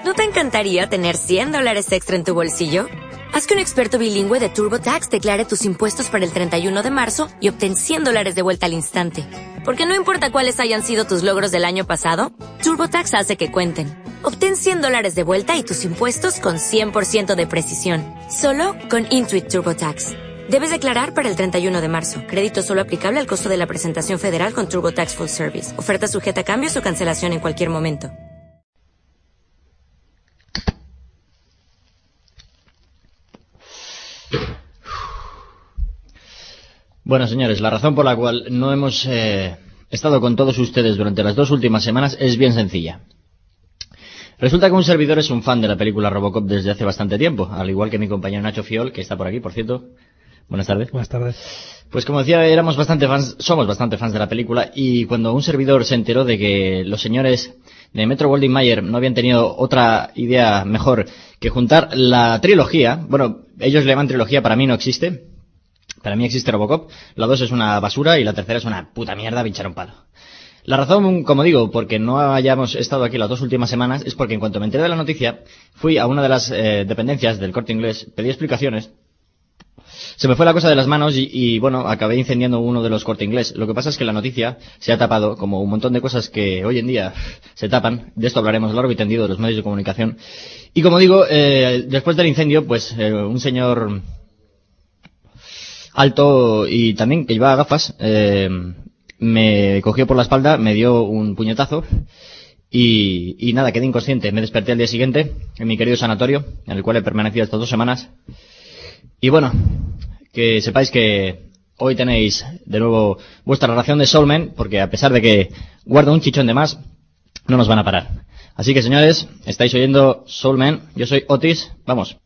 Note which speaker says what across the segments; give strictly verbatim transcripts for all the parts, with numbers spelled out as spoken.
Speaker 1: ¿No te encantaría tener cien dólares extra en tu bolsillo? Haz que un experto bilingüe de TurboTax declare tus impuestos para el treinta y uno de marzo y obtén cien dólares de vuelta al instante. Porque no importa cuáles hayan sido tus logros del año pasado, TurboTax hace que cuenten. Obtén cien dólares de vuelta y tus impuestos con cien por ciento de precisión. Solo con Intuit TurboTax. Debes declarar para el treinta y uno de marzo. Crédito solo aplicable al costo de la presentación federal con TurboTax Full Service. Oferta sujeta a cambios o cancelación en cualquier momento.
Speaker 2: Bueno, señores, la razón por la cual no hemos eh, estado con todos ustedes durante las dos últimas semanas es bien sencilla. Resulta que un servidor es un fan de la película Robocop desde hace bastante tiempo, al igual que mi compañero Nacho Fiol, que está por aquí, por cierto. Buenas tardes.
Speaker 3: Buenas tardes.
Speaker 2: Pues como decía, éramos bastante fans, somos bastante fans de la película, y cuando un servidor se enteró de que los señores de Metro Goldwyn Mayer no habían tenido otra idea mejor que juntar la trilogía, bueno, ellos le llaman trilogía, para mí no existe. Para mí existe Robocop, la dos es una basura y la tercera es una puta mierda, pinchar un palo. La razón, como digo, porque no hayamos estado aquí las dos últimas semanas es porque en cuanto me enteré de la noticia, fui a una de las eh, dependencias del Corte Inglés, pedí explicaciones, se me fue la cosa de las manos y, y, bueno, acabé incendiando uno de los Corte Inglés. Lo que pasa es que la noticia se ha tapado, como un montón de cosas que hoy en día se tapan, de esto hablaremos largo y tendido de los medios de comunicación. Y como digo, eh, después del incendio, pues eh, un señor alto y también que llevaba gafas, eh, me cogió por la espalda, me dio un puñetazo y, y nada, quedé inconsciente. Me desperté al día siguiente en mi querido sanatorio, en el cual he permanecido estas dos semanas. Y bueno, que sepáis que hoy tenéis de nuevo vuestra ración de Soulman, porque a pesar de que guardo un chichón de más, no nos van a parar. Así que señores, estáis oyendo Soulman, yo soy Otis, vamos.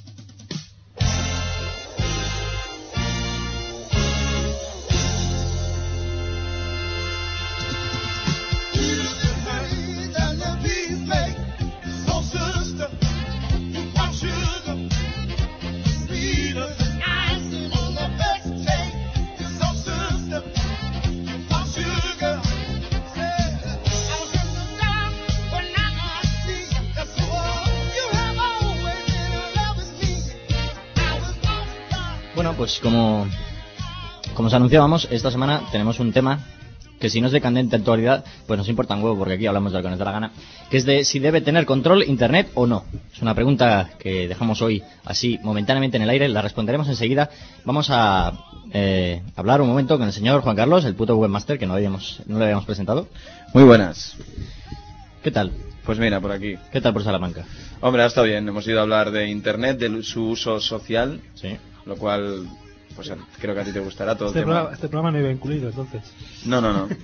Speaker 2: Pues como, como os anunciábamos, esta semana tenemos un tema que si no es de candente actualidad, pues nos importa un huevo, porque aquí hablamos de lo que nos da la gana, que es de si debe tener control Internet o no. Es una pregunta que dejamos hoy así momentáneamente en el aire, la responderemos enseguida. Vamos a eh, hablar un momento con el señor Juan Carlos, el puto webmaster, que no, habíamos, no le habíamos presentado.
Speaker 4: Muy buenas.
Speaker 2: ¿Qué tal?
Speaker 4: Pues mira, por aquí.
Speaker 2: ¿Qué tal por Salamanca?
Speaker 4: Hombre, ha estado bien. Hemos ido a hablar de Internet, de su uso social.
Speaker 2: Sí.
Speaker 4: Lo cual, pues creo que a ti te gustará todo
Speaker 3: este
Speaker 4: el tema.
Speaker 3: Programa, este programa no iba incluido, entonces.
Speaker 4: No, no, no.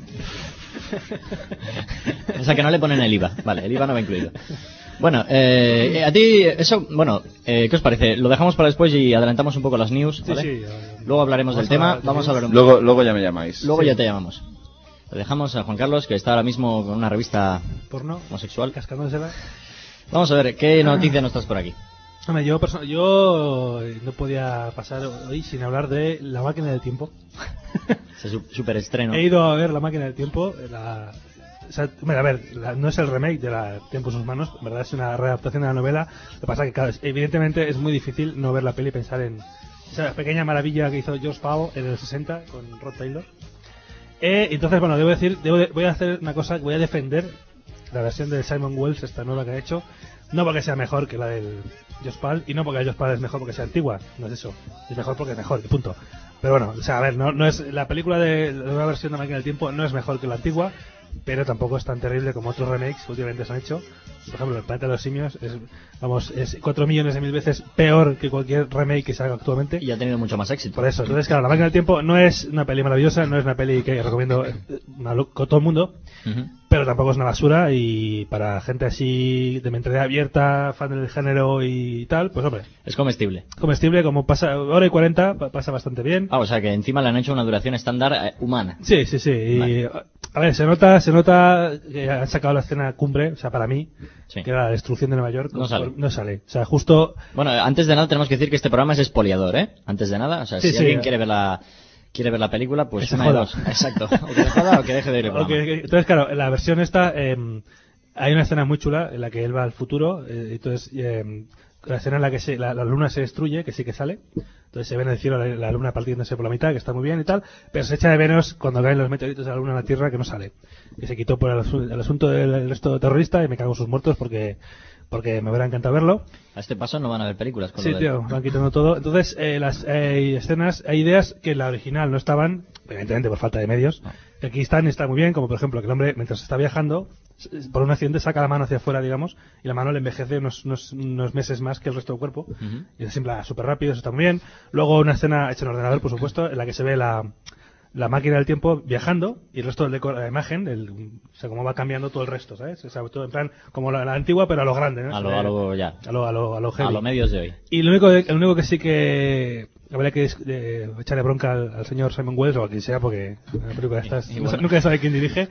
Speaker 2: O sea, que no le ponen el I V A. Vale, el I V A no va incluido. Bueno, eh, a ti, eso, bueno, eh, ¿qué os parece? Lo dejamos para después y adelantamos un poco las news, ¿vale?
Speaker 3: Sí, sí. Uh,
Speaker 2: luego hablaremos del tema. Vamos a hablar un
Speaker 4: luego, luego ya me llamáis.
Speaker 2: Luego
Speaker 3: sí.
Speaker 2: ya te llamamos. Lo dejamos a Juan Carlos, que está ahora mismo con una revista
Speaker 3: porno
Speaker 2: homosexual.
Speaker 3: Cascándosela.
Speaker 2: Vamos a ver, ¿qué noticia nos traes por aquí?
Speaker 3: Hombre, yo, yo no podía pasar hoy sin hablar de La máquina del tiempo.
Speaker 2: Ese super estreno.
Speaker 3: He ido a ver La máquina del tiempo. La, o sea, hombre, a ver, la, no es el remake de la Tiempo en sus manos, en verdad es una readaptación de la novela. Lo que pasa es que, claro, evidentemente es muy difícil no ver la peli y pensar en esa pequeña maravilla que hizo George Pal en el sesenta con Rod Taylor. Eh, entonces, bueno, debo decir, debo de, voy a hacer una cosa, voy a defender la versión de Simon Wells, esta nueva que ha hecho, no porque sea mejor que la del George Pal, y no porque George Pal es mejor porque sea antigua, no es eso, es mejor porque es mejor, punto. Pero bueno, o sea, a ver, no, no es la película de la nueva versión de Máquina del Tiempo no es mejor que la antigua, pero tampoco es tan terrible como otros remakes que últimamente se han hecho. Por ejemplo, El planeta de los simios es, vamos, es cuatro millones de mil veces peor que cualquier remake que se haga actualmente.
Speaker 2: Y ha tenido mucho más éxito.
Speaker 3: Por eso, entonces claro, La máquina del tiempo no es una peli maravillosa, no es una peli que recomiendo a todo el mundo, uh-huh. pero tampoco es una basura, y para gente así de mentalidad abierta, fan del género y tal, pues hombre.
Speaker 2: Es comestible.
Speaker 3: Comestible, como pasa, hora y cuarenta, pasa bastante bien.
Speaker 2: Ah, o sea que encima le han hecho una duración estándar eh, humana.
Speaker 3: Sí, sí, sí.
Speaker 2: Vale.
Speaker 3: Y, a ver, se nota, se nota que han sacado la escena cumbre, o sea, para mí, sí. que era la destrucción de Nueva York.
Speaker 2: No sale.
Speaker 3: No sale. O sea, justo.
Speaker 2: Bueno, antes de nada tenemos que decir que este programa es expoliador, ¿eh? Antes de nada, o sea,
Speaker 3: sí,
Speaker 2: si
Speaker 3: sí,
Speaker 2: alguien
Speaker 3: eh.
Speaker 2: quiere ver la quiere ver la película, pues
Speaker 3: que
Speaker 2: una
Speaker 3: se
Speaker 2: de
Speaker 3: joda.
Speaker 2: dos. Exacto. O que se joda o que deje de ir el programa.
Speaker 3: Okay, okay. Entonces, claro, la versión esta, eh, hay una escena muy chula en la que él va al futuro, eh, entonces eh, la escena en la que se, la, la luna se destruye, que sí que sale, entonces se ve en el cielo la, la luna partiéndose por la mitad, que está muy bien y tal, pero se echa de menos cuando caen los meteoritos de la luna en la Tierra, que no sale, que se quitó por el, asu- el asunto del resto terrorista y me cago en sus muertos porque porque me hubiera encantado verlo.
Speaker 2: A este paso no van a ver películas con
Speaker 3: Sí,
Speaker 2: lo de...
Speaker 3: tío, van quitando todo. Entonces, eh, las hay escenas, hay ideas que en la original no estaban, evidentemente por falta de medios,
Speaker 2: No.
Speaker 3: que aquí están y están muy bien, como por ejemplo que el hombre, mientras está viajando, s- por un accidente saca la mano hacia afuera, digamos, y la mano le envejece unos, unos, unos meses más que el resto del cuerpo,
Speaker 2: Ujú.
Speaker 3: y es siempre súper rápido, eso está muy bien. Luego una escena hecha en ordenador, por supuesto, en la que se ve la, la máquina del tiempo viajando y el resto del decor, la imagen, el, o sea, cómo va cambiando todo el resto, ¿sabes? O sea, todo en plan, como la, la antigua, pero a lo grande, ¿no?
Speaker 2: A
Speaker 3: Se
Speaker 2: lo,
Speaker 3: ve-
Speaker 2: a lo ya.
Speaker 3: a lo, a lo, a lo
Speaker 2: A
Speaker 3: heavy.
Speaker 2: los medios de hoy.
Speaker 3: Y lo único, el único que sí que habría que eh, echarle bronca al, al señor Simon Wells o a quien sea, porque la película esta es-
Speaker 2: Y- y bueno.
Speaker 3: nunca se sabe quién dirige,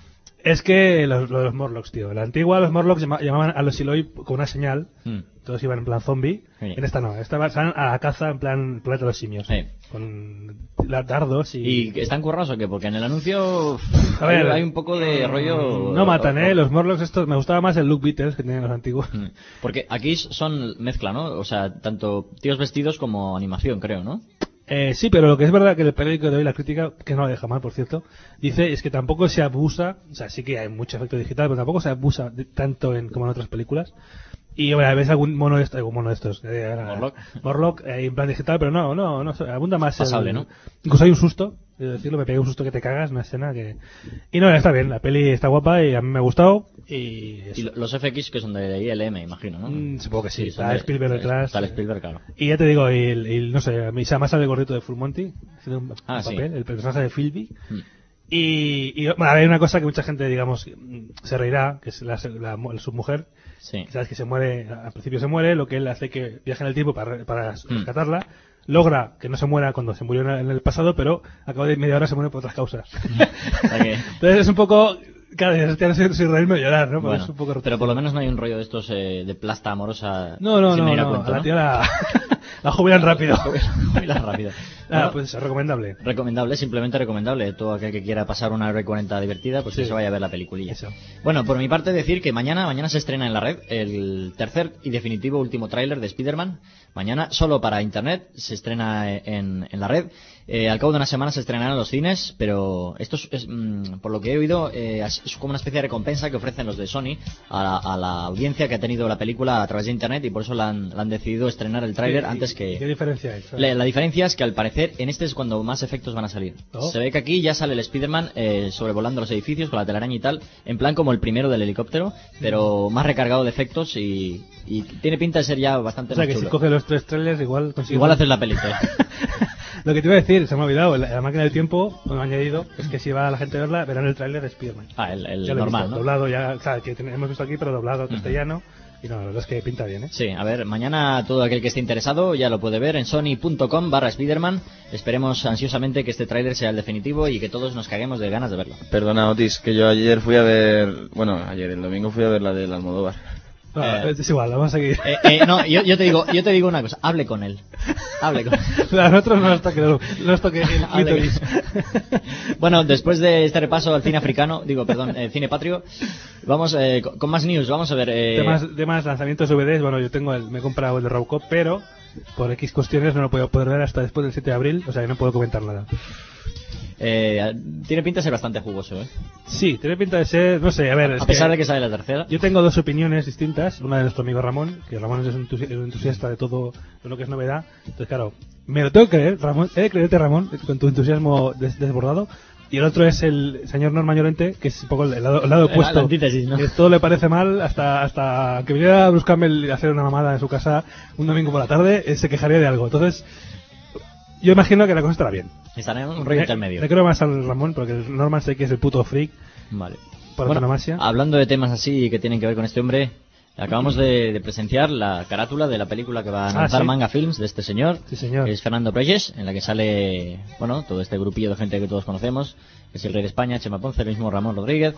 Speaker 3: es que los, lo de los Morlocks, tío. En la antigua los Morlocks llama- llamaban a los Eloi con una señal,
Speaker 2: Mm.
Speaker 3: todos iban en plan zombie.
Speaker 2: Sí.
Speaker 3: En esta no, esta va- salen a la caza en plan planeta de los simios.
Speaker 2: Sí.
Speaker 3: Con la- dardos y...
Speaker 2: ¿Y están currados o qué? Porque en el anuncio
Speaker 3: A ver,
Speaker 2: hay, hay un poco de rollo...
Speaker 3: No matan, eh, los Morlocks estos, me gustaba más el look Beatles que tenían los antiguos.
Speaker 2: Mm. Porque aquí son mezcla, ¿no? O sea, tanto tíos vestidos como animación, creo, ¿no?
Speaker 3: Eh, sí, pero lo que es verdad que el periódico de hoy, la crítica, que no la deja mal, por cierto, dice es que tampoco se abusa, o sea, sí que hay mucho efecto digital, pero tampoco se abusa de- tanto en, como en otras películas. Y bueno, ves algún mono de estos, algún mono de estos, eh, ahora-
Speaker 2: Morlock.
Speaker 3: Morlock, eh, en plan digital, pero no, no, no, abunda más. el-
Speaker 2: Pasable, ¿no?
Speaker 3: Incluso hay un susto, quiero decirlo, me pegué un susto que te cagas, una escena que... Y no, está bien, la peli está guapa y a mí me ha gustado y...
Speaker 2: Y lo- los F X que son de I L M, imagino, ¿no?
Speaker 3: Mm, supongo que sí,
Speaker 2: son
Speaker 3: está
Speaker 2: de-
Speaker 3: Spielberg detrás.
Speaker 2: Está el Spielberg, claro.
Speaker 3: Y ya te digo, y, el- y no sé, a mí se llama el gordito de Full Monty, haciendo un,
Speaker 2: Ah,
Speaker 3: un
Speaker 2: sí.
Speaker 3: papel, el personaje de Philby.
Speaker 2: Mm.
Speaker 3: Y, y bueno, hay una cosa que mucha gente, digamos, mm, se reirá, que es la, la, la submujer,
Speaker 2: Sí.
Speaker 3: que sabes que se muere, al principio se muere, lo que él hace que viaje en el tiempo para, para
Speaker 2: Mm.
Speaker 3: rescatarla, logra que no se muera cuando se murió en el- en el pasado, pero a cabo de media hora se muere por otras causas.
Speaker 2: O sea que-
Speaker 3: Entonces es un poco, claro, ya no sé si reírme o llorar, ¿no? Pero
Speaker 2: bueno,
Speaker 3: es un poco
Speaker 2: pero por lo menos no hay un rollo de estos eh, de plasta amorosa
Speaker 3: No, no,
Speaker 2: sin
Speaker 3: no,
Speaker 2: venir a
Speaker 3: no,
Speaker 2: cuento,
Speaker 3: a la
Speaker 2: ¿no?
Speaker 3: tía la, la jubilan rápido.
Speaker 2: Jubilan rápido.
Speaker 3: Ah,
Speaker 2: Bueno,
Speaker 3: pues es recomendable.
Speaker 2: recomendable, simplemente recomendable. Todo aquel que quiera pasar una hora y cuarenta divertida, pues
Speaker 3: Sí.
Speaker 2: que se vaya a ver la peliculilla.
Speaker 3: Eso.
Speaker 2: Bueno, por mi parte decir que mañana, mañana se estrena en la red el tercer y definitivo último tráiler de Spider-Man. Mañana, solo para internet, se estrena en, en la red. Eh, al cabo de una semana se estrenará en los cines, pero esto es, es, mm, por lo que he oído, eh, es es como una especie de recompensa que ofrecen los de Sony a la, a la audiencia que ha tenido la película a través de internet y por eso la han, la han decidido estrenar el tráiler
Speaker 3: ¿Y-
Speaker 2: antes
Speaker 3: y-
Speaker 2: que...
Speaker 3: ¿Qué diferencia hay?
Speaker 2: La, la diferencia es que al parecer en este es cuando más efectos van a salir.
Speaker 3: Oh.
Speaker 2: Se ve que aquí ya sale el Spider-Man eh, sobrevolando los edificios con la telaraña y tal, en plan como el primero del helicóptero, pero más recargado de efectos y, y tiene pinta de ser ya bastante
Speaker 3: O sea
Speaker 2: más
Speaker 3: que si
Speaker 2: chulo.
Speaker 3: coge los tres trailers igual consigue...
Speaker 2: Igual haces la película.
Speaker 3: Lo que te iba a decir, se me ha olvidado, la, la máquina del tiempo, lo he añadido, es que si va la gente a verla, verán el tráiler de Spider-Man.
Speaker 2: Ah, el, el
Speaker 3: Ya lo he
Speaker 2: normal,
Speaker 3: visto,
Speaker 2: ¿no?
Speaker 3: doblado ya, o sea, que ten- hemos visto aquí, pero doblado castellano, y no, la verdad es que pinta bien, ¿eh?
Speaker 2: Sí, a ver, mañana todo aquel que esté interesado ya lo puede ver en sony.com barra Spiderman. Esperemos ansiosamente que este tráiler sea el definitivo y que todos nos caguemos de ganas de verlo.
Speaker 4: Perdona, Otis, que yo ayer fui a ver... Bueno, ayer, el domingo fui a ver la del Almodóvar.
Speaker 3: Ah,
Speaker 2: Eh,
Speaker 3: es igual, vamos a seguir.
Speaker 2: Eh, eh, no, yo, yo te digo, yo te digo una cosa, hable con él. Hable con él.
Speaker 3: A nosotros no nos toque, no nos toque el
Speaker 2: Hable.
Speaker 3: clítoris.
Speaker 2: Bueno, después de este repaso al cine africano, digo, perdón, eh, cine patrio, vamos eh, con, con más news, vamos a ver... Eh,
Speaker 3: Temas, temas lanzamientos de D V Ds, bueno, yo tengo el, me he comprado el de Robocop, pero por X cuestiones no lo puedo poder ver hasta después del siete de abril, o sea que no puedo comentar nada.
Speaker 2: eh, tiene pinta de ser bastante jugoso, ¿eh?
Speaker 3: Sí, tiene pinta de ser, no sé, a ver, es
Speaker 2: A pesar de que sale la tercera.
Speaker 3: yo tengo dos opiniones distintas, una de nuestro amigo Ramón, que Ramón es un entusi- un entusiasta de todo de lo que es novedad, entonces claro, me lo tengo que creer, Ramón, he de creerte Ramón, con tu entusiasmo des- desbordado, y el otro es el señor Norma Llorente, que es un poco el lado, el lado
Speaker 2: La-
Speaker 3: opuesto,
Speaker 2: la antítesis, ¿no?
Speaker 3: que todo le parece mal, hasta hasta que viniera a buscarme el- hacer una mamada en su casa un domingo por la tarde, eh, se quejaría de algo, entonces yo imagino que la cosa estará bien.
Speaker 2: Estará en un rollo
Speaker 3: Me,
Speaker 2: intermedio.
Speaker 3: me creo más al Ramón, porque el Norman sé que es el puto freak,
Speaker 2: Vale.
Speaker 3: por
Speaker 2: Bueno,
Speaker 3: antonomasia.
Speaker 2: hablando de temas así que tienen que ver con este hombre, acabamos de, de presenciar la carátula de la película que va a
Speaker 3: Ah,
Speaker 2: lanzar
Speaker 3: sí.
Speaker 2: Manga Films de este señor,
Speaker 3: Sí, señor.
Speaker 2: que es Fernando Preyes, en la que sale, bueno, todo este grupillo de gente que todos conocemos, que es el Rey de España, Chema Ponce, el mismo Ramón Rodríguez,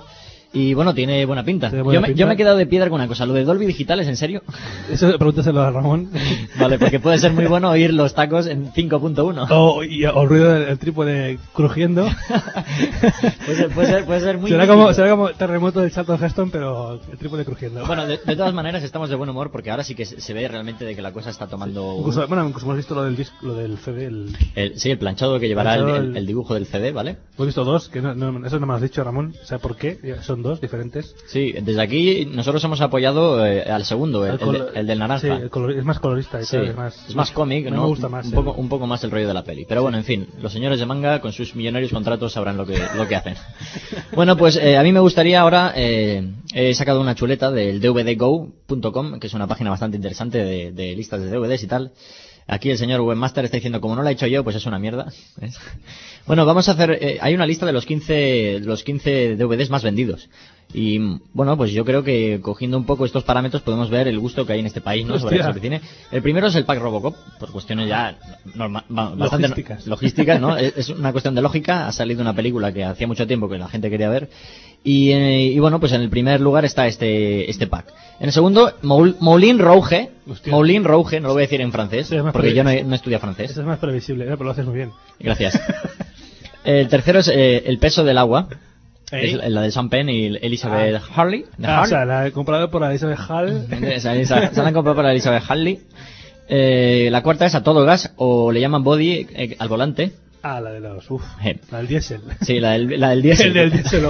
Speaker 2: Y bueno, tiene buena pinta.
Speaker 3: Tiene buena
Speaker 2: yo, me,
Speaker 3: pinta.
Speaker 2: yo me he quedado de piedra con una cosa. ¿Lo de Dolby Digital es en serio?
Speaker 3: Eso pregúntaselo a Ramón.
Speaker 2: Vale, porque puede ser muy bueno oír los tacos en cinco punto uno.
Speaker 3: O, y, o el ruido del el trípode crujiendo.
Speaker 2: puede, ser, puede, ser, puede ser muy
Speaker 3: será, como,
Speaker 2: nítido.
Speaker 3: será como terremoto del Charlton Heston, pero el trípode crujiendo.
Speaker 2: Bueno, de, de todas maneras estamos de buen humor porque ahora sí que se, se ve realmente de que la cosa está tomando... un-
Speaker 3: Incluso, bueno, incluso hemos visto lo del disco, lo del C D. El,
Speaker 2: el- sí, el planchado que llevará el,
Speaker 3: Planchado,
Speaker 2: el-
Speaker 3: el-
Speaker 2: el dibujo del C D, ¿vale?
Speaker 3: hemos visto dos, que no, no, eso no me lo has dicho, Ramón. O sea, ¿por qué? Son dos diferentes.
Speaker 2: Sí, desde aquí nosotros hemos apoyado eh, al segundo, el,
Speaker 3: El
Speaker 2: el, de-
Speaker 3: colo-
Speaker 2: el del naranja.
Speaker 3: Sí, el color- es más colorista. Y
Speaker 2: Sí,
Speaker 3: tal, es más,
Speaker 2: es más cómic,
Speaker 3: a mí
Speaker 2: ¿no?
Speaker 3: me gusta más.
Speaker 2: un,
Speaker 3: el-
Speaker 2: poco, un poco más el rollo de la peli. Pero bueno, en fin, los señores de manga con sus millonarios contratos sabrán lo que, lo que hacen. Bueno, pues eh, a mí me gustaría ahora, eh, he sacado una chuleta del D V D go punto com, que es una página bastante interesante de, de listas de D V Ds y tal. Aquí el señor Webmaster está diciendo, como no la he hecho yo, pues es una mierda. ¿Ves? Bueno, vamos a hacer, eh, hay una lista de los quince, los quince D V Ds más vendidos. Y bueno, pues yo creo que cogiendo un poco estos parámetros podemos ver el gusto que hay en este país, ¿no? Sobre,
Speaker 3: Hostia.
Speaker 2: sobre cine. El primero es el pack Robocop, por cuestiones ya norma, va- bastante
Speaker 3: Logísticas.
Speaker 2: logísticas, ¿no? Es es una cuestión de lógica. Ha salido una película que hacía mucho tiempo que la gente quería ver. Y, eh, y bueno, pues en el primer lugar está este este pack. En el segundo, Moul- Moulin Rouge.
Speaker 3: Hostia.
Speaker 2: Moulin Rouge, no lo voy a decir en francés,
Speaker 3: Sí, es más
Speaker 2: porque yo no, he-
Speaker 3: previsible.
Speaker 2: no he estudiado francés.
Speaker 3: Eso es más previsible, ¿eh? Pero lo haces muy bien.
Speaker 2: Gracias. El tercero es eh, El peso del agua.
Speaker 3: ¿Eh?
Speaker 2: Es la de Sean Penn y Elizabeth Harley. de
Speaker 3: Ah, o
Speaker 2: Harley.
Speaker 3: sea, la he comprado por la Elizabeth Hall.
Speaker 2: Esa- esa- se la han comprado para Elizabeth Harley. Eh, la cuarta es A todo gas, o le llaman Body eh, al volante.
Speaker 3: Ah, la de los. Uff.
Speaker 2: Eh.
Speaker 3: La del diésel.
Speaker 2: Sí, la del, la del diésel.
Speaker 3: El del diésel.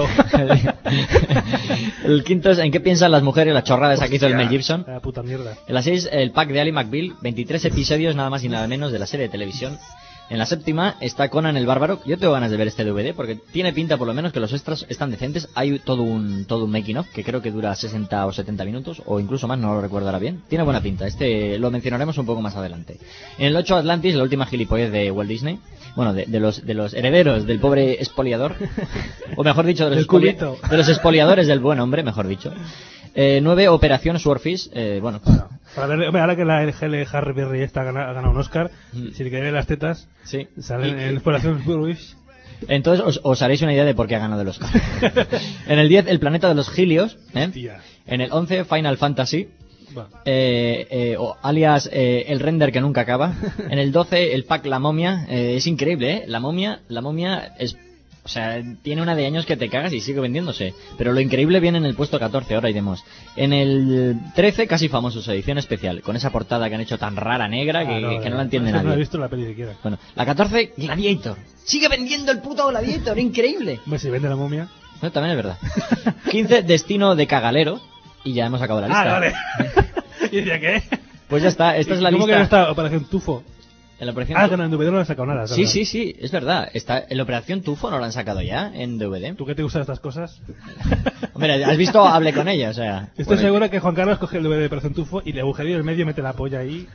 Speaker 2: El quinto es En qué piensan las mujeres, la chorrada esa que hizo el Mel Gibson.
Speaker 3: La puta mierda.
Speaker 2: En la seis, el pack de Ali McBeal, veintitrés episodios nada más y nada menos de la serie de televisión. En la séptima está Conan el Bárbaro. Yo tengo ganas de ver este D V D porque tiene pinta por lo menos que los extras están decentes. Hay todo un todo un making of que creo que dura sesenta o setenta minutos o incluso más, no lo recuerdo ahora bien. Tiene buena pinta. Este lo mencionaremos un poco más adelante. En el ocho, Atlantis, la última gilipollez de Walt Disney. Bueno, de, de los de los herederos del pobre expoliador. O mejor dicho, de los,
Speaker 3: Del
Speaker 2: expoli-
Speaker 3: culito.
Speaker 2: de los expoliadores del buen hombre, mejor dicho. Eh, nueve, Operación Swordfish. Eh, bueno,
Speaker 3: Para ver, hombre, ahora que la L G L Harry Berry esta ha ganado, ha ganado un Oscar,
Speaker 2: Mm.
Speaker 3: si le quiere ver las tetas,
Speaker 2: sí.
Speaker 3: salen
Speaker 2: Y-
Speaker 3: en Exploración Bullwish.
Speaker 2: Entonces os, os haréis una idea de por qué ha ganado el Oscar. En el diez, El planeta de los Gilios. ¿eh?
Speaker 3: Tía.
Speaker 2: En el once, Final Fantasy.
Speaker 3: Va.
Speaker 2: Eh, eh, o alias eh, El render que nunca acaba. En el doce, el pack La momia. Eh, es increíble, ¿eh? La momia, la momia es... O sea, tiene una de años que te cagas y sigue vendiéndose. Pero lo increíble viene en el puesto catorce, ahora iremos. En el trece, Casi famosos, edición especial. Con esa portada que han hecho tan rara, negra, que,
Speaker 3: Ah,
Speaker 2: que no la entiende
Speaker 3: eso No he
Speaker 2: nadie.
Speaker 3: visto la peli siquiera.
Speaker 2: Bueno, la catorce, Gladiator. Sigue vendiendo el puto Gladiator, increíble.
Speaker 3: Hombre, si vende la momia.
Speaker 2: No, también es verdad. quince, Destino de Cagalero. Y ya hemos acabado la lista.
Speaker 3: Ah, vale. Y decía, ¿qué?
Speaker 2: Pues ya está, esta es la
Speaker 3: ¿Cómo
Speaker 2: lista.
Speaker 3: que no está Operación Tufo?
Speaker 2: En la operación
Speaker 3: Ah,
Speaker 2: Tu-
Speaker 3: que no, en D V D no lo han sacado nada. es
Speaker 2: Sí,
Speaker 3: verdad.
Speaker 2: sí, sí, es verdad. Está, en la operación Tufo no la han sacado ya en D V D.
Speaker 3: ¿Tú qué te gustan estas cosas?
Speaker 2: Hombre, has visto, hablé con ella, o sea.
Speaker 3: Estoy
Speaker 4: Bueno,
Speaker 3: seguro que Juan Carlos coge el D V D de Operación Tufo y le agujería en el medio, mete la polla ahí.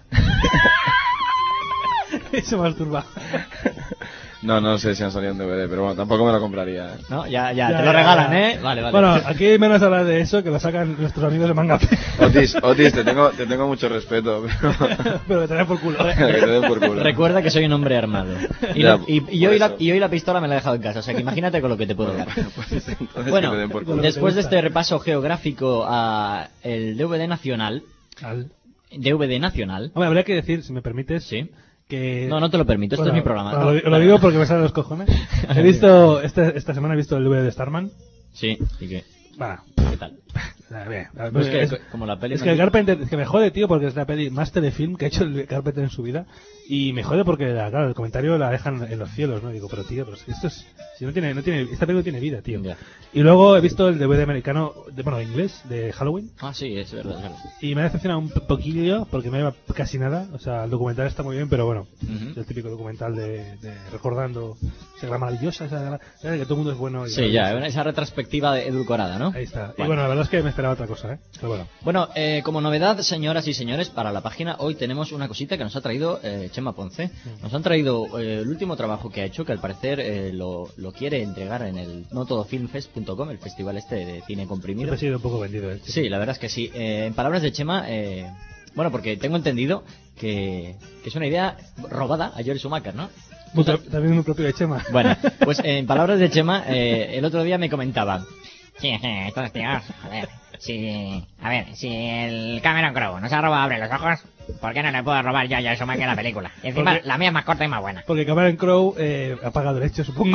Speaker 3: Y se masturba.
Speaker 4: No, no sé si han salido en D V D, pero bueno, tampoco me lo compraría. ¿eh?
Speaker 2: No, ya, ya,
Speaker 3: Ya,
Speaker 2: te lo
Speaker 3: ya,
Speaker 2: regalan,
Speaker 3: ya.
Speaker 2: ¿eh? Vale, vale.
Speaker 3: Bueno, aquí menos hablar de eso, que lo sacan nuestros amigos de Manga.
Speaker 4: Otis, Otis, te tengo, te tengo mucho respeto, pero
Speaker 3: Pero que te den por culo.
Speaker 4: que te den por culo.
Speaker 2: Recuerda que soy un hombre armado. Y,
Speaker 4: Ya,
Speaker 2: lo- y- y
Speaker 4: por
Speaker 2: hoy la,
Speaker 4: eso.
Speaker 2: y hoy la pistola me la he dejado en casa, o sea que imagínate con lo que te puedo dar.
Speaker 4: Pues entonces
Speaker 2: Bueno,
Speaker 4: que te den por
Speaker 3: lo
Speaker 4: culo.
Speaker 3: que
Speaker 2: después
Speaker 3: te
Speaker 2: de
Speaker 3: gusta.
Speaker 2: este repaso geográfico a el D V D nacional,
Speaker 3: Al-
Speaker 2: D V D nacional,
Speaker 3: Hombre, habría que decir, si me permites,
Speaker 2: sí.
Speaker 3: que...
Speaker 2: No, no te lo permito, esto
Speaker 3: Bueno,
Speaker 2: es mi programa.
Speaker 3: bueno, lo, lo digo porque me salen los cojones. He visto, este, esta semana he visto el D V D de Starman.
Speaker 2: Sí, ¿y qué?
Speaker 3: Va,
Speaker 2: ¿Qué tal?
Speaker 3: a ver, a ver,
Speaker 2: Pues que,
Speaker 3: es,
Speaker 2: como la peli...
Speaker 3: es que el Carpenter, es que me jode, tío, porque es la peli más telefilm que ha hecho el Carpenter en su vida. Y me jode porque, claro, el comentario la dejan en los cielos, ¿no? Digo, pero tío, pues esto es... Si no tiene, no tiene, esta película no tiene vida, tío.
Speaker 2: Ya.
Speaker 3: Y luego he visto el D V D americano, de, bueno, inglés, de Halloween.
Speaker 2: Ah, sí, es verdad, es verdad.
Speaker 3: Y me ha decepcionado un poquillo porque me iba casi nada. O sea, el documental está muy bien, pero bueno,
Speaker 2: Ujú.
Speaker 3: el típico documental de, de recordando esa gran maravillosa, esa gran- ¿sabes? Que todo el mundo es bueno. Y
Speaker 2: Sí, ya,
Speaker 3: maravilloso.
Speaker 2: esa retrospectiva de- edulcorada, ¿no?
Speaker 3: Ahí está. Y
Speaker 2: Vale.
Speaker 3: bueno, la verdad es que me esperaba otra cosa, ¿eh? Pero bueno.
Speaker 2: Bueno, eh, como novedad, señoras y señores, para la página hoy tenemos una cosita que nos ha traído eh, Chema Ponce. Nos han traído eh, el último trabajo que ha hecho, que al parecer eh, lo, lo quiere entregar en el notodofilmfest punto com, el festival este de cine comprimido.
Speaker 3: Siempre he sido un poco vendido, ¿eh?
Speaker 2: Sí, la verdad es que sí. Eh, en palabras de Chema, eh, bueno, porque tengo entendido que, que es una idea robada a Joel Schumacher, ¿no?
Speaker 3: Muy pro- También muy propio de Chema.
Speaker 2: Bueno, pues eh, en palabras de Chema, eh, el otro día me comentaba,
Speaker 5: Sí, sí, estos tíos, a ver, si, a ver, si el Cameron Crowe nos ha robado Abre los ojos, ¿por qué no le puedo robar yo a Jason Manquez la película? Y encima,
Speaker 3: Porque-
Speaker 5: la mía es más corta y más buena.
Speaker 3: Porque Cameron Crowe eh, ha pagado derechos, supongo.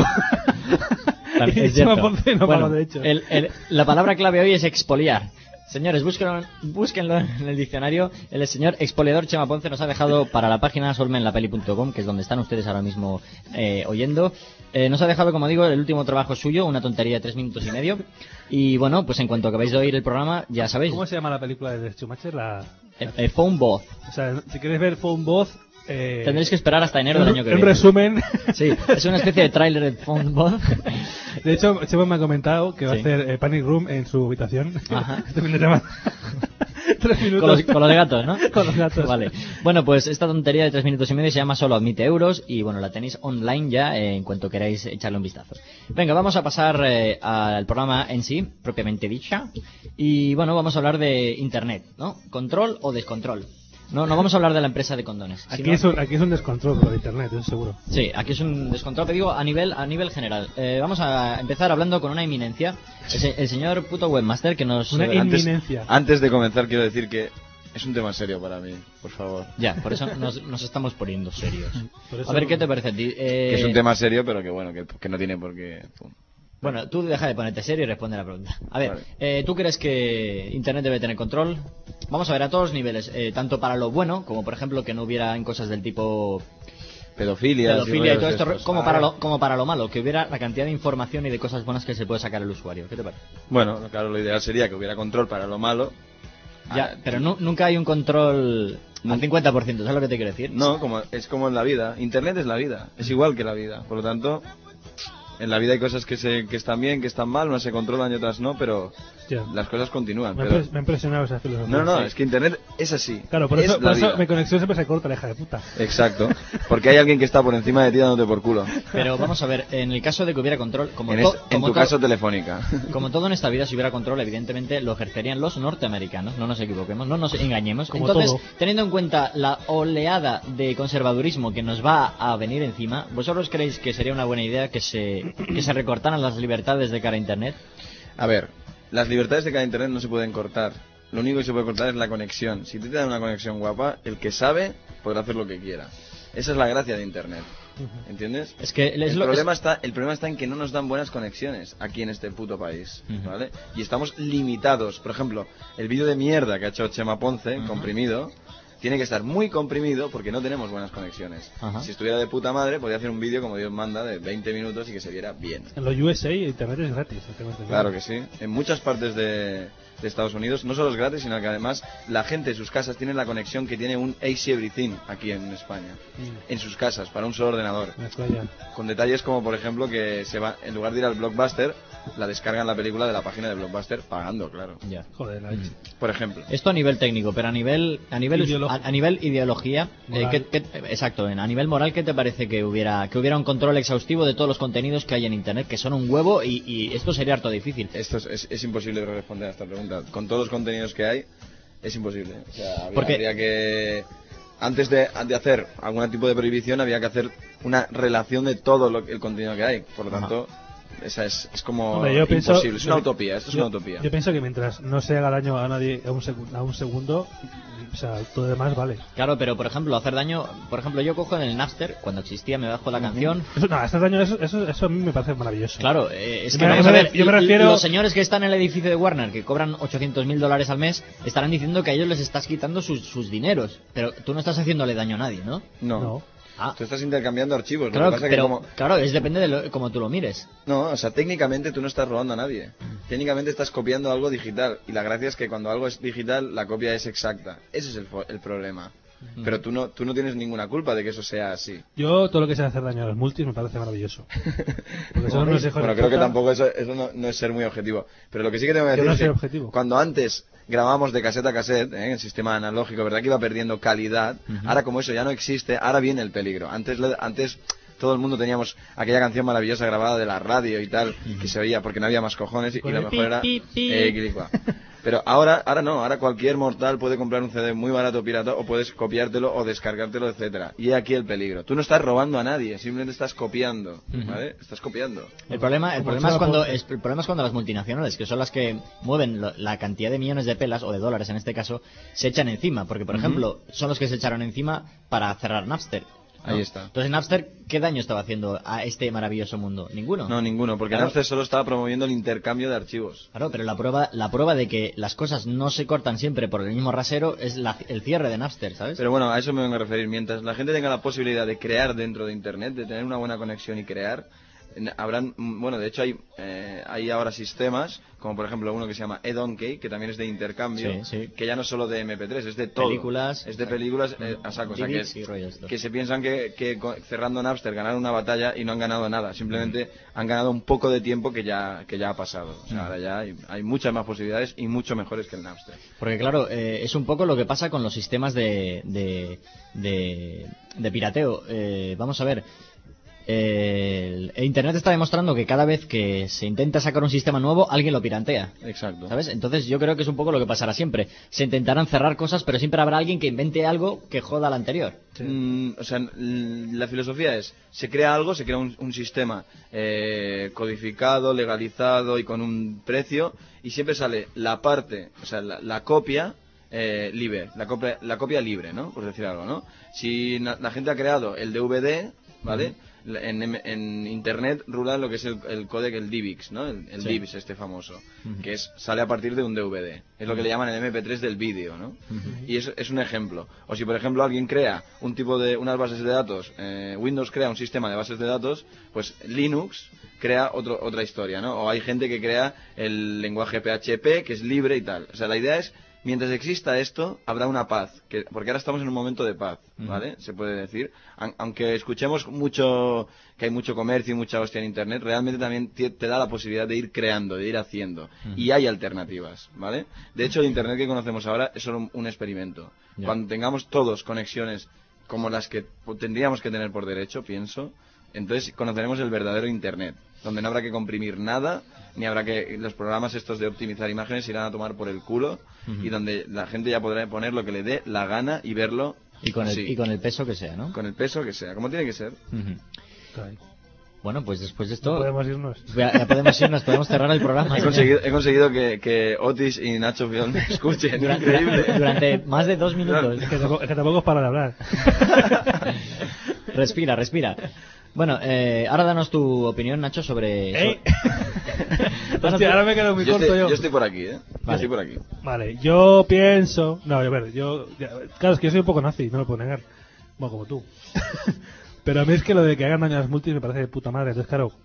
Speaker 2: También
Speaker 3: Y
Speaker 2: es
Speaker 3: Chema
Speaker 2: cierto.
Speaker 3: Ponce no
Speaker 2: Bueno,
Speaker 3: paga derechos.
Speaker 2: el- el- la palabra clave hoy es expoliar. Señores, búsquenlo, búsquenlo en el diccionario. El señor expoliador Chema Ponce nos ha dejado para la página solmenlapeli punto com, que es donde están ustedes ahora mismo eh, oyendo. Eh, nos ha dejado, como digo, el último trabajo suyo, una tontería de tres minutos y medio. Y bueno, pues en cuanto acabáis de oír el programa, ya sabéis.
Speaker 3: ¿Cómo se llama la película de Schumacher? La...
Speaker 2: Eh, eh, Phone Booth.
Speaker 3: O sea, si queréis ver Phone Booth... Eh...
Speaker 2: Tendréis que esperar hasta enero del año que
Speaker 3: En
Speaker 2: viene.
Speaker 3: resumen...
Speaker 2: Sí, es una especie de tráiler de Phone Booth.
Speaker 3: De hecho, Chema me ha comentado que va
Speaker 2: Sí.
Speaker 3: a hacer eh, Panic Room en su habitación.
Speaker 2: Ajá.
Speaker 3: Este fin de semana. Tres minutos.
Speaker 2: Con los, con los gatos, ¿no?
Speaker 3: Con los gatos.
Speaker 2: Vale. Bueno, pues esta tontería de tres minutos y medio se llama Solo admite euros y bueno, la tenéis online ya eh, en cuanto queráis echarle un vistazo. Venga, vamos a pasar eh, al programa en sí, propiamente dicha. Y bueno, vamos a hablar de Internet, ¿no? ¿Control o descontrol? No, no vamos a hablar de la empresa de condones.
Speaker 3: Aquí,
Speaker 2: sino-
Speaker 3: es un, aquí es un descontrol por internet, eso seguro.
Speaker 2: Sí, aquí es un descontrol, te digo, a nivel a nivel general. Eh, vamos a empezar hablando con una eminencia, el, se- el señor puto webmaster que nos...
Speaker 3: Una
Speaker 2: eh,
Speaker 4: Antes,
Speaker 3: inminencia.
Speaker 4: antes de comenzar quiero decir que es un tema serio para mí, por favor.
Speaker 2: Ya, por eso nos, nos estamos poniendo serios.
Speaker 3: Por eso-
Speaker 2: A ver, ¿qué te parece a ti? Eh,
Speaker 4: Que es un tema serio, pero que bueno, que, que no tiene por qué... pum.
Speaker 2: Bueno, tú deja de ponerte serio y responde a la pregunta. A ver,
Speaker 4: Vale.
Speaker 2: eh, ¿tú crees que Internet debe tener control? Vamos a ver, a todos los niveles, eh, tanto para lo bueno, como por ejemplo que no hubieran cosas del tipo
Speaker 4: Pedofilia,
Speaker 2: pedofilia y todo esto,
Speaker 4: estos.
Speaker 2: como
Speaker 4: Ah,
Speaker 2: para, lo, como para lo malo, que hubiera la cantidad de información y de cosas buenas que se puede sacar el usuario. ¿Qué te parece?
Speaker 4: Bueno, claro, lo ideal sería que hubiera control para lo malo.
Speaker 2: Ya,
Speaker 4: Ah,
Speaker 2: pero nu- nunca hay un control al cincuenta por ciento, ¿sabes lo que te quiero decir?
Speaker 4: No, como, es como en la vida. Internet es la vida, es igual que la vida. Por lo tanto, en la vida hay cosas que, se, que están bien, que están mal, unas se controlan y otras no, pero
Speaker 3: Ya.
Speaker 4: las cosas continúan.
Speaker 3: Me, ha
Speaker 4: Pero...
Speaker 3: impres- me ha impresionado esa filosofía.
Speaker 4: No, no,
Speaker 3: Sí.
Speaker 4: es que Internet es así.
Speaker 3: Claro, por
Speaker 4: es
Speaker 3: eso,
Speaker 4: la
Speaker 3: por eso
Speaker 4: vida.
Speaker 3: mi conexión siempre se corta, la hija de puta.
Speaker 4: Exacto, porque hay alguien que está por encima de ti dándote por culo.
Speaker 2: Pero vamos a ver, en el caso de que hubiera control, como,
Speaker 4: En,
Speaker 2: to-
Speaker 4: es- en
Speaker 2: como
Speaker 4: tu
Speaker 2: to-
Speaker 4: caso, Telefónica.
Speaker 2: como todo en esta vida, si hubiera control, evidentemente lo ejercerían los norteamericanos, no nos equivoquemos, no nos engañemos.
Speaker 3: Como
Speaker 2: Entonces,
Speaker 3: todo.
Speaker 2: teniendo en cuenta la oleada de conservadurismo que nos va a venir encima, ¿vosotros creéis que sería una buena idea que se, que se recortaran las libertades de cara a Internet?
Speaker 4: A ver, las libertades de cada Internet no se pueden cortar. Lo único que se puede cortar es la conexión. Si te dan una conexión guapa, el que sabe podrá hacer lo que quiera. Esa es la gracia de Internet. ¿Entiendes?
Speaker 2: Es que es
Speaker 4: el,
Speaker 2: lo-
Speaker 4: problema
Speaker 2: es-
Speaker 4: está, el problema está en que no nos dan buenas conexiones aquí en este puto país,
Speaker 2: Ujú.
Speaker 4: ¿vale? Y estamos limitados. Por ejemplo, el vídeo de mierda que ha hecho Chema Ponce,
Speaker 2: Ujú.
Speaker 4: comprimido, tiene que estar muy comprimido porque no tenemos buenas conexiones.
Speaker 2: Ajá.
Speaker 4: Si estuviera de puta madre, podría hacer un vídeo como Dios manda de veinte minutos y que se viera bien.
Speaker 3: En los U S A internet es gratis. tengo entendido.
Speaker 4: Claro que sí. En muchas partes de, de Estados Unidos no solo es gratis, sino que además la gente en sus casas tiene la conexión que tiene un Easy Everything aquí en España.
Speaker 3: Mm,
Speaker 4: En sus casas, para un solo ordenador.
Speaker 3: me extraña.
Speaker 4: Con detalles como, por ejemplo, que se va en lugar de ir al Blockbuster, la descargan la película de la página de Blockbuster pagando, claro.
Speaker 2: Ya.
Speaker 3: Joder, la leche.
Speaker 4: Por ejemplo.
Speaker 2: Esto a nivel técnico, pero a nivel a nivel
Speaker 3: Ideolo-
Speaker 2: a, a nivel ideología, eh,
Speaker 3: Moral.
Speaker 2: ¿qué- qué- exacto, en, a nivel moral, ¿qué te parece que hubiera que hubiera un control exhaustivo de todos los contenidos que hay en Internet, que son un huevo y, y esto sería harto difícil?
Speaker 4: Esto es, es, es imposible de responder a esta pregunta. Con todos los contenidos que hay, es imposible. O sea, habría,
Speaker 2: Porque-
Speaker 4: habría que... Antes de, de hacer algún tipo de prohibición, había que hacer una relación de todo lo, el contenido que hay. Por lo
Speaker 2: Ajá.
Speaker 4: tanto, esa es, es como
Speaker 3: Hombre, yo pienso-
Speaker 4: imposible. Es una
Speaker 3: yo-
Speaker 4: utopía, esto es
Speaker 3: yo-
Speaker 4: una utopía.
Speaker 3: Yo pienso que mientras no se haga daño a nadie a un, secu- a un segundo, o sea, todo lo demás vale.
Speaker 2: Claro, pero por ejemplo, hacer daño, por ejemplo, yo cojo en el Napster, cuando existía, me bajo la canción.
Speaker 3: Eso, no, hacer daño, eso, eso, eso a mí me parece maravilloso.
Speaker 2: Claro, eh, es
Speaker 3: Yo
Speaker 2: que
Speaker 3: me-
Speaker 2: vamos
Speaker 3: yo
Speaker 2: a
Speaker 3: me-
Speaker 2: ver,
Speaker 3: yo me
Speaker 2: l-
Speaker 3: refiero-
Speaker 2: los señores que están en el edificio de Warner, que cobran ochocientos mil dólares al mes, estarán diciendo que a ellos les estás quitando sus, sus dineros, pero tú no estás haciéndole daño a nadie, ¿no?
Speaker 4: No.
Speaker 3: No.
Speaker 2: Ah,
Speaker 4: Tú estás intercambiando archivos.
Speaker 2: claro,
Speaker 4: lo que pasa
Speaker 2: pero
Speaker 4: que como...
Speaker 2: claro, es depende de lo, como tú lo mires.
Speaker 4: No, o sea, técnicamente tú no estás robando a nadie.
Speaker 2: Mm.
Speaker 4: Técnicamente estás copiando algo digital. Y la gracia es que cuando algo es digital, la copia es exacta. Ese es el, fo- el problema.
Speaker 2: Mm.
Speaker 4: Pero tú no, tú no tienes ninguna culpa de que eso sea así.
Speaker 3: Yo, todo lo que sea hacer daño a los multis me parece maravilloso. Porque son unos hijos
Speaker 4: Bueno,
Speaker 3: de
Speaker 4: creo que
Speaker 3: puta.
Speaker 4: tampoco eso, eso no, no es ser muy objetivo. Pero lo que sí que tengo que
Speaker 3: Yo
Speaker 4: decir
Speaker 3: no
Speaker 4: es
Speaker 3: soy
Speaker 4: que
Speaker 3: objetivo.
Speaker 4: cuando antes grabábamos de caseta a cassette, ¿eh? el sistema analógico, ¿verdad? Que iba perdiendo calidad.
Speaker 2: Ujú.
Speaker 4: Ahora como eso ya no existe, ahora viene el peligro. Antes, le- antes todo el mundo teníamos aquella canción maravillosa grabada de la radio y tal, que se oía porque no había más cojones y, y
Speaker 3: Con
Speaker 4: lo
Speaker 3: el
Speaker 4: mejor
Speaker 3: pi,
Speaker 4: era...
Speaker 3: pi, pi.
Speaker 4: eh, quilicua. Pero ahora, ahora no, ahora cualquier mortal puede comprar un C D muy barato pirata o puedes copiártelo o descargártelo, etcétera. Y aquí el peligro. Tú no estás robando a nadie, simplemente estás copiando, ¿vale? Uh-huh. Estás copiando.
Speaker 2: El problema, el problema es cuando es, el problema es cuando las multinacionales, que son las que mueven lo, la cantidad de millones de pelas o de dólares en este caso, se echan encima, porque por uh-huh. ejemplo, son los que se echaron encima para cerrar Napster. ¿No?
Speaker 4: Ahí está.
Speaker 2: Entonces Napster, ¿qué daño estaba haciendo a este maravilloso mundo? Ninguno.
Speaker 4: No, ninguno, porque claro. Napster solo estaba promoviendo el intercambio de archivos.
Speaker 2: Claro, pero la prueba la prueba de que las cosas no se cortan siempre por el mismo rasero es la, el cierre de Napster, ¿sabes?
Speaker 4: Pero bueno, a eso me vengo a referir. Mientras la gente tenga la posibilidad de crear dentro de Internet, de tener una buena conexión y crear, habrán, bueno, de hecho hay eh, hay ahora sistemas, como por ejemplo uno que se llama eDonkey, que también es de intercambio, sí, sí. que ya no es solo de eme pe tres, es de todo.
Speaker 2: Películas.
Speaker 4: Es de películas eh, a saco. O sea, que, es, que se piensan que, que cerrando Napster ganaron una batalla y no han ganado nada. Simplemente mm. han ganado un poco de tiempo que ya que ya ha pasado. O sea, mm. ahora ya hay, hay muchas más posibilidades y mucho mejores que el Napster.
Speaker 2: Porque claro, eh, es un poco lo que pasa con los sistemas de, de, de, de pirateo. Eh, vamos a ver. El, el Internet está demostrando que cada vez que se intenta sacar un sistema nuevo, alguien lo piratea.
Speaker 4: Exacto.
Speaker 2: ¿Sabes? Entonces yo creo que es un poco lo que pasará siempre. Se intentarán cerrar cosas, pero siempre habrá alguien que invente algo que joda al anterior.
Speaker 4: Sí. Mm, o sea, la filosofía es, se crea algo, se crea un, un sistema eh, codificado, legalizado y con un precio, y siempre sale la parte, o sea, la, la copia... Eh, libre, la copia, la copia libre, ¿no? Por decir algo, ¿no? Si na, la gente ha creado el D V D, ¿vale? Uh-huh. En, en internet rula lo que es el, el códec, el DivX, ¿no? El, el sí. DivX este famoso, uh-huh. que es sale a partir de un D V D. Es lo que le llaman el eme pe tres del vídeo, ¿no? Uh-huh. Y es, es un ejemplo. O si por ejemplo alguien crea un tipo de unas bases de datos, eh, Windows crea un sistema de bases de datos, pues Linux crea otro, otra historia, ¿no? O hay gente que crea el lenguaje P H P que es libre y tal. O sea, la idea es, mientras exista esto, habrá una paz, que, porque ahora estamos en un momento de paz, ¿vale? Uh-huh. Se puede decir. A, aunque escuchemos mucho que hay mucho comercio y mucha hostia en Internet, realmente también te, te da la posibilidad de ir creando, de ir haciendo. Uh-huh. Y hay alternativas, ¿vale? De hecho, el Internet que conocemos ahora es solo un, un experimento. Yeah. Cuando tengamos todos conexiones como las que tendríamos que tener por derecho, pienso, entonces conoceremos el verdadero Internet, donde no habrá que comprimir nada, ni habrá que... Los programas estos de optimizar imágenes irán a tomar por el culo, uh-huh. y donde la gente ya podrá poner lo que le dé la gana y verlo
Speaker 2: y con así. El, y con el peso que sea, ¿no?
Speaker 4: Con el peso que sea, como tiene que ser.
Speaker 2: Uh-huh. Bueno, pues después de esto...
Speaker 3: No podemos irnos.
Speaker 2: Ya, ya podemos irnos, podemos cerrar el programa.
Speaker 4: He conseguido, he conseguido que, que Otis y Nacho Fiol me escuchen.
Speaker 2: Durante,
Speaker 4: Increíble.
Speaker 2: Durante más de dos minutos.
Speaker 3: Es que tampoco, es que tampoco es para de hablar.
Speaker 2: Respira, respira. Bueno, eh, ahora danos tu opinión, Nacho, sobre...
Speaker 3: ¿Eh? Hostia, ahora me quedo muy
Speaker 4: yo
Speaker 3: corto
Speaker 4: estoy,
Speaker 3: yo.
Speaker 4: Yo estoy por aquí, ¿eh?
Speaker 2: Vale.
Speaker 4: Yo estoy por aquí.
Speaker 3: Vale, yo pienso... No, a ver, yo... Claro, es que yo soy un poco nazi, no lo puedo negar. Bueno, como tú. Pero a mí es que lo de que hagan daño a las multis me parece de puta madre. Entonces, claro...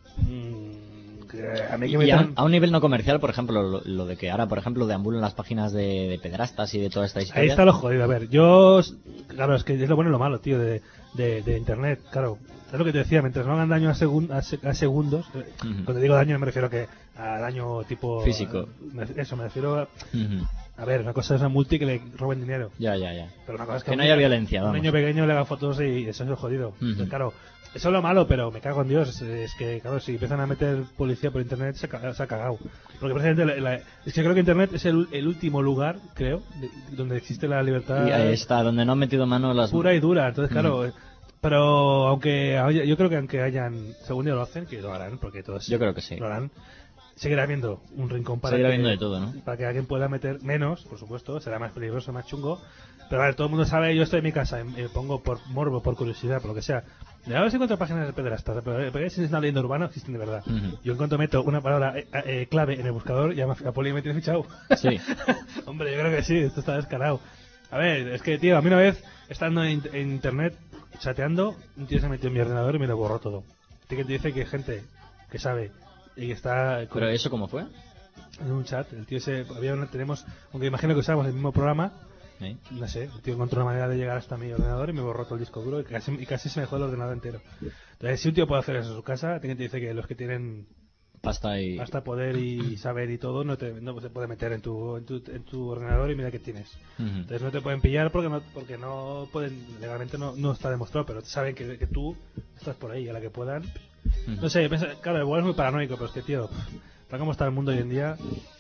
Speaker 3: Mmm, a mí que me
Speaker 2: y
Speaker 3: dan...
Speaker 2: a, a un nivel no comercial, por ejemplo, lo, lo de que ahora, por ejemplo, deambulan las páginas de, de pederastas y de toda esta historia.
Speaker 3: Ahí está lo jodido. A ver, yo... Claro, es que es lo bueno y lo malo, tío, de, de, de Internet. Claro... Es lo que te decía, mientras no hagan daño a, segun, a, se, a segundos, uh-huh. Cuando digo daño me refiero a que a daño tipo...
Speaker 2: Físico.
Speaker 3: A, eso, me refiero a...
Speaker 2: Uh-huh.
Speaker 3: A ver, una cosa es una multi que le roben dinero.
Speaker 2: Ya, ya, ya.
Speaker 3: Pero una cosa es que,
Speaker 2: que no haya violencia, vamos.
Speaker 3: Un niño pequeño le haga fotos y eso es lo jodido. Uh-huh. Entonces, claro, eso es lo malo, pero me cago en Dios. Es que, claro, si empiezan a meter policía por Internet, se, se ha cagado. Porque precisamente la, la, es que creo que Internet es el, el último lugar, creo, de, donde existe la libertad...
Speaker 2: Y ahí está, donde no han metido mano las...
Speaker 3: Pura y dura. Entonces, claro... Uh-huh. Pero aunque haya, yo creo que aunque hayan, según ellos lo hacen, que lo harán, porque todos
Speaker 2: yo creo que sí.
Speaker 3: lo harán, seguirá habiendo un rincón para
Speaker 2: seguirá
Speaker 3: que,
Speaker 2: habiendo de todo, ¿no?
Speaker 3: Para que alguien pueda meter menos, por supuesto, será más peligroso, más chungo. Pero a ver, todo el mundo sabe, yo estoy en mi casa, me pongo por morbo, por curiosidad, por lo que sea. A ver si encuentro páginas de pederastas, pero si es una leyenda urbana, existen de verdad. Uh-huh. Yo en cuanto meto una palabra eh, eh, clave en el buscador, llama a Poli y me tiene fichado.
Speaker 2: Sí.
Speaker 3: Hombre, yo creo que sí, esto está descarado. A ver, es que, tío, a mí una vez, estando en, en internet, chateando, un tío se metió en mi ordenador y me lo borró todo. Así que te dice que hay gente que sabe y que está... Con...
Speaker 2: ¿Pero eso cómo fue?
Speaker 3: En un chat, el tío se... Había una, tenemos, aunque imagino que usamos el mismo programa, ¿sí? No sé, el tío encontró una manera de llegar hasta mi ordenador y me borró todo el disco duro y casi, y casi se me jode el ordenador entero. Entonces, si un tío puede hacer eso en su casa, te dice que los que tienen...
Speaker 2: Pasta y...
Speaker 3: Pasta, poder y saber y todo, no, te, no se puede meter en tu, en tu en tu ordenador y mira qué tienes. Uh-huh. Entonces no te pueden pillar porque no porque no pueden, legalmente no, no está demostrado, pero saben que, que tú estás por ahí, a la que puedan. Uh-huh. No sé, piensa, claro, igual es muy paranoico, pero es que, tío, para cómo está el mundo hoy en día,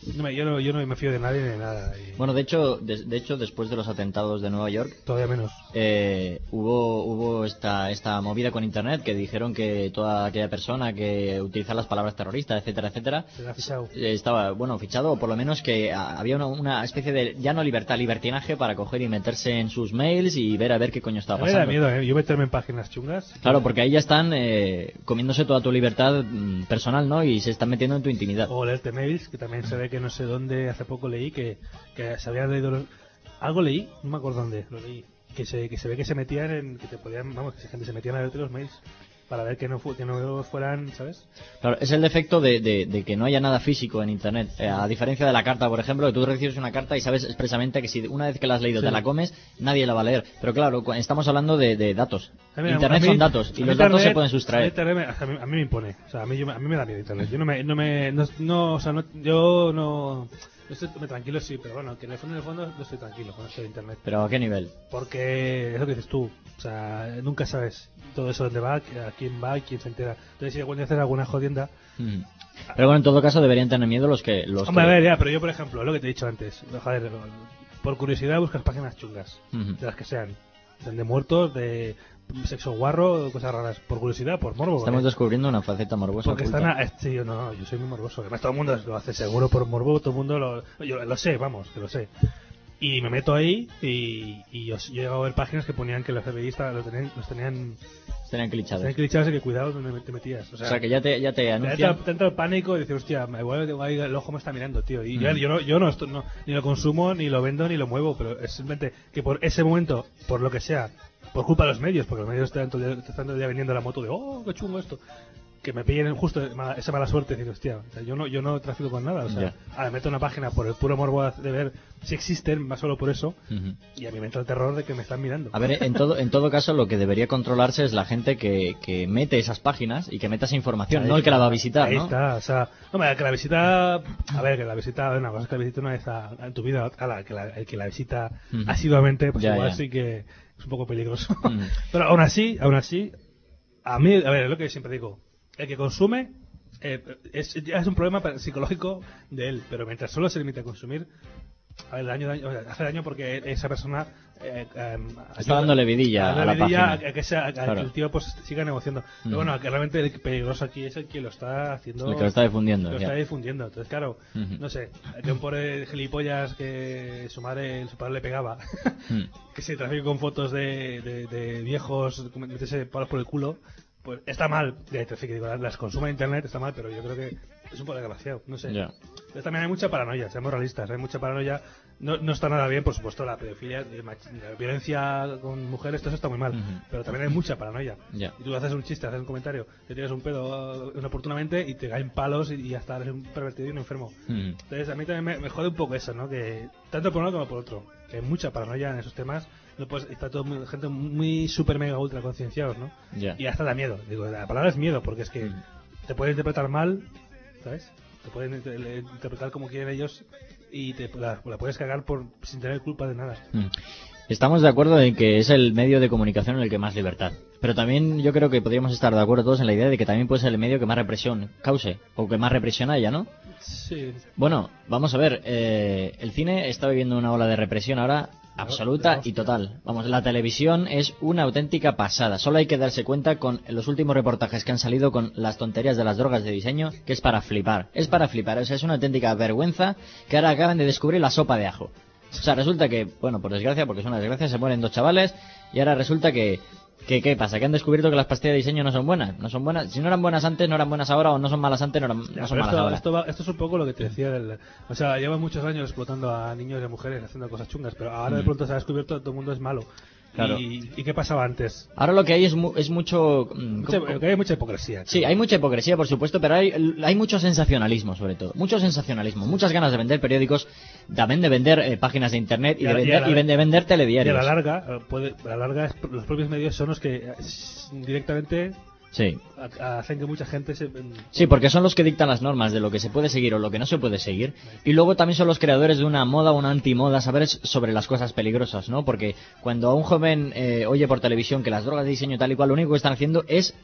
Speaker 3: No me, yo, no, yo no me fío de nadie ni de nada. Y...
Speaker 2: Bueno, de hecho, de, de hecho, después de los atentados de Nueva York,
Speaker 3: todavía menos.
Speaker 2: Eh, hubo hubo esta esta movida con Internet que dijeron que toda aquella persona que utiliza las palabras terroristas, etcétera, etcétera,
Speaker 3: se ha fichado.
Speaker 2: Eh, estaba, bueno, fichado, o por lo menos que a, había una, una especie de, ya no libertad, libertinaje para coger y meterse en sus mails y ver a ver qué coño estaba pasando.
Speaker 3: Me da miedo, ¿eh? Yo meterme en páginas chungas.
Speaker 2: Claro, porque ahí ya están eh, comiéndose toda tu libertad mm, personal, ¿no? Y se están metiendo en tu intimidad.
Speaker 3: O leerte mails, que también se ve que no sé dónde, hace poco leí que, que se habían leído los... Algo leí, no me acuerdo dónde, lo leí. Que se, que se ve que se metían en... Que te podían, vamos, que gente se metían a leerte los mails. Para ver que no, fu que no fueran, ¿sabes?
Speaker 2: Claro, es el defecto de, de, de que no haya nada físico en Internet. Eh, a diferencia de la carta, por ejemplo, que tú recibes una carta y sabes expresamente que si una vez que la has leído sí. te la comes, nadie la va a leer. Pero claro, estamos hablando de, de datos. A mí, Internet a mí, son datos y los Internet, datos se pueden sustraer.
Speaker 3: Internet, a, mí, a mí me impone. O sea, a mí, yo, a mí me da miedo Internet. Yo no me... No me no, no, o sea, no, yo no... Yo estoy me tranquilo, sí, pero bueno, que en el fondo, en el fondo no estoy tranquilo con esto de Internet.
Speaker 2: ¿Pero a qué nivel?
Speaker 3: Porque es lo que dices tú, o sea, nunca sabes todo eso dónde va, a quién va y quién se entera. Entonces si algún día haces alguna jodienda...
Speaker 2: Mm. Pero bueno, en todo caso deberían tener miedo los que... Los
Speaker 3: Hombre,
Speaker 2: que...
Speaker 3: a ver, ya, pero yo por ejemplo, lo que te he dicho antes, joder, por curiosidad buscas páginas chungas, uh-huh. de las que sean, de muertos, de... sexo guarro, cosas raras, por curiosidad, por morbo.
Speaker 2: Estamos
Speaker 3: ¿vale?
Speaker 2: descubriendo una faceta morbosa.
Speaker 3: Porque
Speaker 2: oculta.
Speaker 3: están a... sí, no, no, yo soy muy morboso. Además todo el mundo lo hace seguro por morbo, todo el mundo lo... Yo lo sé, vamos, que lo sé. Y me meto ahí y, y yo, yo he llegado a ver páginas que ponían que los F B I los tenían... Los tenían
Speaker 2: Tenían clichados.
Speaker 3: Tenían clichados y que cuidado donde te metías. O sea,
Speaker 2: o sea que ya te, ya te anuncian.
Speaker 3: Te entra, te entra el pánico y dices, hostia, igual el ojo me está mirando, tío. Y mm. yo, yo, no, yo no, esto, no, ni lo consumo, ni lo vendo, ni lo muevo, pero es simplemente que por ese momento, por lo que sea, por culpa de los medios, porque los medios están todo el día, están todo el día vendiendo la moto de, oh, qué chungo esto, que me pillen justo esa mala suerte, decir, hostia, o sea, yo no yo no trafico con nada, o sea, yeah. ahora meto una página por el puro morbo de ver si existen, más solo por eso, uh-huh. y a mí me entra el terror de que me están mirando.
Speaker 2: A ver, en todo en todo caso, lo que debería controlarse es la gente que, que mete esas páginas y que meta esa información, ahí no está, el que la va a visitar,
Speaker 3: ahí
Speaker 2: ¿no?
Speaker 3: Ahí está, o sea, no, mira, que la visita, a ver, que la visita, una cosa es que la visita una vez a, en tu vida, a la, que la, el que la visita uh-huh. asiduamente, pues ya, igual ya. sí que es un poco peligroso. Uh-huh. Pero aún así, aún así, a mí, a ver, es lo que siempre digo, el que consume eh, es, es un problema psicológico de él, pero mientras solo se limite a consumir, a ver, daño, daño, hace daño porque esa persona eh, eh,
Speaker 2: está ayuda, dándole vidilla a la
Speaker 3: vidilla
Speaker 2: página
Speaker 3: a que, sea, a
Speaker 2: claro.
Speaker 3: que el tío pues siga negociando. Mm. Pero bueno, que realmente el peligroso aquí es el que lo está haciendo,
Speaker 2: el que lo está difundiendo,
Speaker 3: lo
Speaker 2: ya.
Speaker 3: está difundiendo. Entonces claro, uh-huh. no sé, que un pobre gilipollas que su madre, su padre le pegaba, mm. que se trafique con fotos de, de, de viejos, meterse palos por el culo. Pues está mal, de trafique, digo, las consume en internet, está mal, pero yo creo que es un poco desgraciado, no sé.
Speaker 2: Yeah.
Speaker 3: Pero también hay mucha paranoia, seamos realistas, hay mucha paranoia, no, no está nada bien, por supuesto, la pedofilia, la violencia con mujeres, todo eso está muy mal, uh-huh. pero también hay mucha paranoia.
Speaker 2: Yeah.
Speaker 3: Y tú haces un chiste, haces un comentario, te tienes un pedo inoportunamente y te caen palos y, y ya está, eres un pervertido y un enfermo. Uh-huh. Entonces a mí también me, me jode un poco eso, ¿no? Que tanto por uno como por otro, que hay mucha paranoia en esos temas. No, pues está todo muy, gente muy super mega ultra concienciados, ¿no?
Speaker 2: Yeah.
Speaker 3: Y hasta da miedo. Digo, la palabra es miedo, porque es que mm. te pueden interpretar mal, ¿sabes? Te pueden interpretar como quieren ellos y te la, la puedes cagar por sin tener culpa de nada.
Speaker 2: Mm. Estamos de acuerdo en que es el medio de comunicación en el que más libertad. Pero también yo creo que podríamos estar de acuerdo todos en la idea de que también puede ser el medio que más represión cause, o que más represión haya, ¿no?
Speaker 3: Sí.
Speaker 2: Bueno, vamos a ver, eh, el cine está viviendo una ola de represión ahora absoluta y total. Vamos, la televisión es una auténtica pasada. Solo hay que darse cuenta con los últimos reportajes que han salido con las tonterías de las drogas de diseño, que es para flipar. Es para flipar, o sea, es una auténtica vergüenza que ahora acaban de descubrir la sopa de ajo. O sea, resulta que, bueno, por desgracia, porque es una desgracia, se mueren dos chavales y ahora resulta que... ¿Qué, ¿Qué pasa? ¿Que han descubierto que las pastillas de diseño no son buenas? No son buenas. Si no eran buenas antes, no eran buenas ahora, o no son malas antes, no, eran,
Speaker 3: ya,
Speaker 2: no son malas
Speaker 3: esto,
Speaker 2: ahora.
Speaker 3: Esto, va, esto es un poco lo que te decía del... O sea, llevan muchos años explotando a niños y a mujeres haciendo cosas chungas, pero ahora mm. de pronto se ha descubierto que todo el mundo es malo.
Speaker 2: Claro.
Speaker 3: ¿Y, ¿Y qué pasaba antes?
Speaker 2: Ahora lo que hay es, mu es mucho...
Speaker 3: mucha, que hay mucha hipocresía.
Speaker 2: Sí, hay mucha hipocresía, por supuesto, pero hay, hay mucho sensacionalismo, sobre todo. Mucho sensacionalismo. Muchas ganas de vender periódicos, también de vender eh, páginas de internet y, y, de, vender, y, la, y de vender telediarios.
Speaker 3: Y a la larga, puede, a la larga es, los propios medios son los que directamente...
Speaker 2: Sí.
Speaker 3: Hacen que mucha gente se...
Speaker 2: Sí, porque son los que dictan las normas de lo que se puede seguir o lo que no se puede seguir. Y luego también son los creadores de una moda o una antimoda, saber sobre las cosas peligrosas, ¿no? Porque cuando a un joven eh, oye por televisión que las drogas de diseño tal y cual, lo único que están haciendo es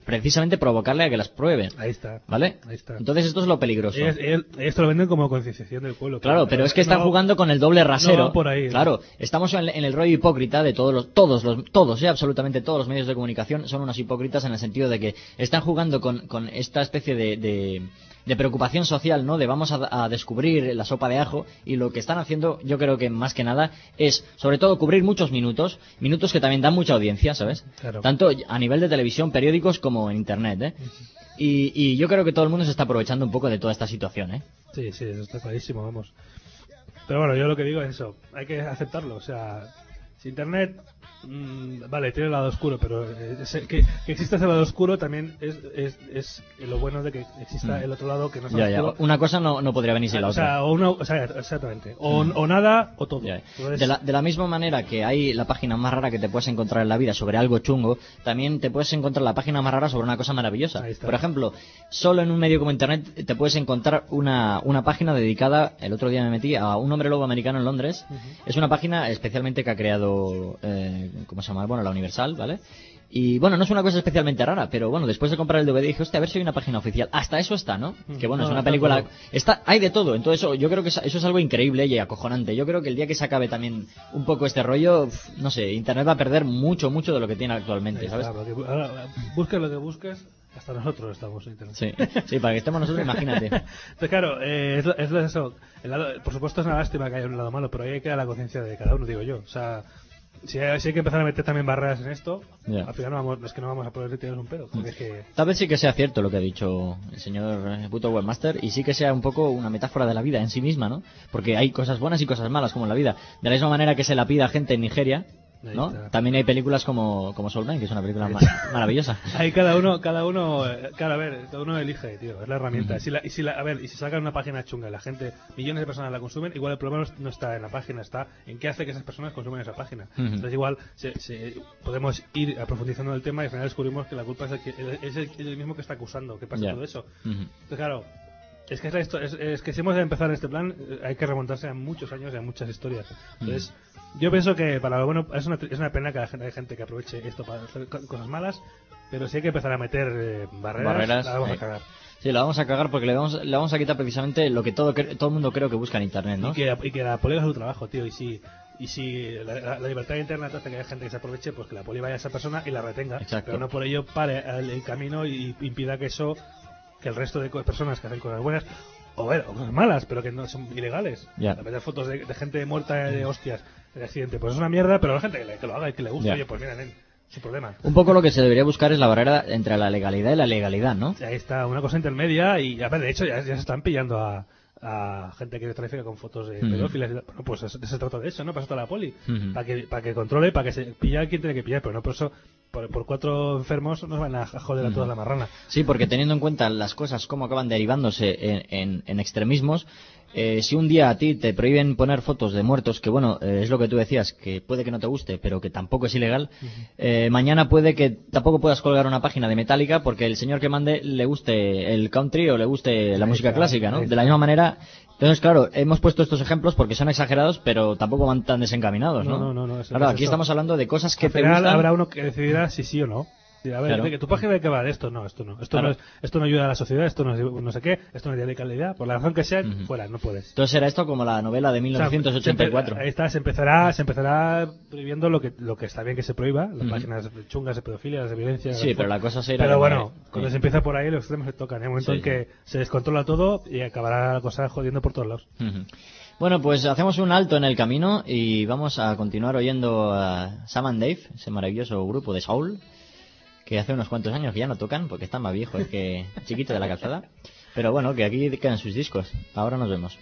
Speaker 2: precisamente provocarle a que las pruebe.
Speaker 3: Ahí está.
Speaker 2: ¿Vale?
Speaker 3: Ahí está.
Speaker 2: Entonces esto es lo peligroso.
Speaker 3: Ellos, ellos- esto lo venden como concienciación del pueblo.
Speaker 2: Claro, pero es que están
Speaker 3: no-
Speaker 2: jugando con el doble rasero.
Speaker 3: no va por ahí, ¿no?
Speaker 2: Claro, estamos en, en el rollo hipócrita de todos los, todos los, todos, eh, absolutamente todos los medios de comunicación son unos hipócritas en el sentido de que están jugando con, con esta especie de, de, de preocupación social, ¿no? De vamos a, a descubrir la sopa de ajo, y lo que están haciendo, yo creo que más que nada, es sobre todo cubrir muchos minutos, minutos que también dan mucha audiencia, ¿sabes?
Speaker 3: Claro.
Speaker 2: Tanto a nivel de televisión, periódicos, como en internet, ¿eh? Y, y yo creo que todo el mundo se está aprovechando un poco de toda esta situación, ¿eh?
Speaker 3: Sí, sí, eso está clarísimo, vamos. Pero bueno, yo lo que digo es eso, hay que aceptarlo, o sea, si Internet, mmm, vale, tiene el lado oscuro, pero eh, es- que, que exista ese lado oscuro también es, es, es lo bueno de que exista
Speaker 2: Mm.
Speaker 3: el otro lado que no es
Speaker 2: Ya, ya.
Speaker 3: oscuro.
Speaker 2: Una cosa no, no podría venir sin la
Speaker 3: o
Speaker 2: otra.
Speaker 3: sea, o una, o sea, exactamente, o,
Speaker 2: Mm.
Speaker 3: o nada o todo.
Speaker 2: Ya.
Speaker 3: Entonces,
Speaker 2: De la, de la misma manera que hay la página más rara que te puedes encontrar en la vida sobre algo chungo, también te puedes encontrar la página más rara sobre una cosa maravillosa.
Speaker 3: Ahí está.
Speaker 2: Por ejemplo, solo en un medio como Internet te puedes encontrar una, una página dedicada, el otro día me metí, a un hombre lobo americano en Londres.
Speaker 3: Ujú.
Speaker 2: Es una página especialmente que ha creado, eh, ¿cómo se llama? Bueno, la Universal, ¿vale? Y bueno, no es una cosa especialmente rara, pero bueno, después de comprar el D V D dije, hostia, a ver si hay una página oficial. Hasta eso está, ¿no?
Speaker 3: Mm.
Speaker 2: Que bueno, es
Speaker 3: No,
Speaker 2: una
Speaker 3: está
Speaker 2: película...
Speaker 3: todo.
Speaker 2: Está, hay de todo, entonces eso- yo creo que eso eso es algo increíble y acojonante. Yo creo que el día que se acabe también un poco este rollo, uf, no sé, Internet va a perder mucho, mucho de lo que tiene actualmente,
Speaker 3: ahí
Speaker 2: ¿sabes?
Speaker 3: está, porque ahora, busques lo que busques, hasta nosotros estamos en Internet.
Speaker 2: Sí, sí, para que estemos nosotros, imagínate.
Speaker 3: Entonces, claro, eh, es, lo- es lo de eso. El lado- por supuesto es una lástima que haya un lado malo, pero ahí hay que dar la conciencia de cada uno, digo yo. O sea, si hay, si hay que empezar a meter también barreras en esto,
Speaker 2: Ya.
Speaker 3: al final no vamos, es que no vamos a poder tirar un pedo. Porque es que...
Speaker 2: Tal vez sí que sea cierto lo que ha dicho el señor eh, puto webmaster, y sí que sea un poco una metáfora de la vida en sí misma, ¿no? Porque hay cosas buenas y cosas malas como en la vida. De la misma manera que se la pide a gente en Nigeria,
Speaker 3: Ahí
Speaker 2: ¿no?
Speaker 3: está.
Speaker 2: También hay películas como, como Soul Man, que es una película ma- maravillosa.
Speaker 3: Ahí cada uno, cada uno, eh, claro, a ver, cada uno elige, tío, es la herramienta.
Speaker 2: Ujú.
Speaker 3: Si la, y si la, a ver, y si sacan una página chunga y la gente, millones de personas la consumen, igual el problema no está en la página, está en qué hace que esas personas consumen esa página.
Speaker 2: Ujú.
Speaker 3: Entonces igual se, se- podemos ir a profundizando en el tema y al final descubrimos que la culpa es el, que, es el, el mismo que está acusando, que pasa
Speaker 2: Ya.
Speaker 3: todo eso.
Speaker 2: Ujú.
Speaker 3: Entonces, claro, es que, es, la histo- es, es que si hemos de empezar en este plan, eh, hay que remontarse a muchos años y a muchas historias. Entonces, yo pienso que para lo bueno, es una, es una pena que la gente, hay gente que aproveche esto para hacer co- cosas malas, pero si hay que empezar a meter eh, barreras,
Speaker 2: Barreras,
Speaker 3: la vamos
Speaker 2: eh.
Speaker 3: a cagar.
Speaker 2: Sí, la vamos a cagar porque le vamos, le vamos a quitar precisamente lo que todo, cre- todo el mundo creo que busca en Internet, ¿no?
Speaker 3: Y, que, y que la poli haga su trabajo, tío, y si... Y si la, la- la libertad de internet hace que haya gente que se aproveche, pues que la poli vaya a esa persona y la retenga.
Speaker 2: Exacto.
Speaker 3: Pero no por ello pare el, el camino y impida que eso, que el resto de co- personas que hacen cosas buenas, o, ver, o cosas malas, pero que no son ilegales.
Speaker 2: Ya.
Speaker 3: A meter fotos de, de gente muerta de hostias, de accidente, pues es una mierda, pero la gente que, le- que lo haga y que le guste,
Speaker 2: Ya.
Speaker 3: oye, pues mira, nen, sin problema.
Speaker 2: Un poco lo que se debería buscar es la barrera entre la legalidad y la legalidad, ¿no?
Speaker 3: Ahí está, una cosa intermedia y, a ver, de hecho ya, ya se están pillando a, a gente que trafica con fotos de
Speaker 2: Ujú.
Speaker 3: pedófilas y tal. Bueno, pues se, se trata de eso, ¿no? Para eso está la poli.
Speaker 2: Ujú.
Speaker 3: Para que, para que controle, para que se pille a quien tiene que pillar, pero no por eso, por, por cuatro enfermos nos van a joder a toda la marrana.
Speaker 2: Sí, porque teniendo en cuenta las cosas cómo acaban derivándose en, en- en extremismos, eh, si un día a ti te prohíben poner fotos de muertos, que bueno, eh, es lo que tú decías, que puede que no te guste, pero que tampoco es ilegal, eh, mañana puede que tampoco puedas colgar una página de Metallica porque el señor que mande le guste el country o le guste la
Speaker 3: Ahí
Speaker 2: música
Speaker 3: está,
Speaker 2: clásica, ¿no?
Speaker 3: ahí
Speaker 2: De la misma manera. Entonces, claro, hemos puesto estos ejemplos porque son exagerados, pero tampoco van tan desencaminados, ¿no?
Speaker 3: No, no, no, no, eso-
Speaker 2: Claro,
Speaker 3: es
Speaker 2: aquí
Speaker 3: eso.
Speaker 2: estamos hablando de cosas que
Speaker 3: Al
Speaker 2: te
Speaker 3: final
Speaker 2: gustan.
Speaker 3: habrá uno que decidirá si sí o no. Y a ver,
Speaker 2: Claro.
Speaker 3: de que tu página de qué va de esto, no, esto no. Esto,
Speaker 2: Claro.
Speaker 3: no es- esto no ayuda a la sociedad, esto no, es- no sé qué, esto no tiene calidad, por la razón que sea,
Speaker 2: Ujú.
Speaker 3: fuera, no puedes.
Speaker 2: Entonces era esto como la novela de mil novecientos ochenta y cuatro.
Speaker 3: O sea, se empe- ahí está, se empezará, se empezará prohibiendo lo que, lo que está bien que se prohíba, las
Speaker 2: Ujú.
Speaker 3: páginas chungas de pedofilia, de violencia.
Speaker 2: Sí,
Speaker 3: de-
Speaker 2: pero la cosa se irá...
Speaker 3: Pero
Speaker 2: de-
Speaker 3: bueno,
Speaker 2: sí.
Speaker 3: cuando se empieza por ahí, los extremos se tocan. Hay un momento
Speaker 2: Sí,
Speaker 3: en que se descontrola todo y acabará la cosa jodiendo por todos lados.
Speaker 2: Ujú. Bueno, pues hacemos un alto en el camino y vamos a continuar oyendo a Sam and Dave, ese maravilloso grupo de soul, que hace unos cuantos años que ya no tocan porque están más viejos que Chiquito de la Calzada. Pero bueno, que aquí quedan sus discos. Ahora nos vemos.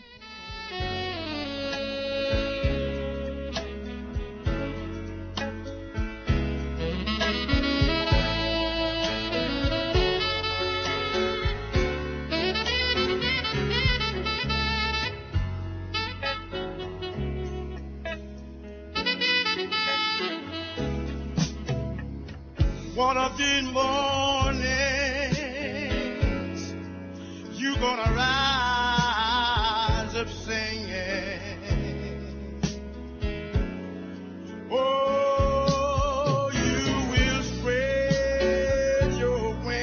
Speaker 6: One of these mornings, you gonna rise up singing. Oh, you will spread your wings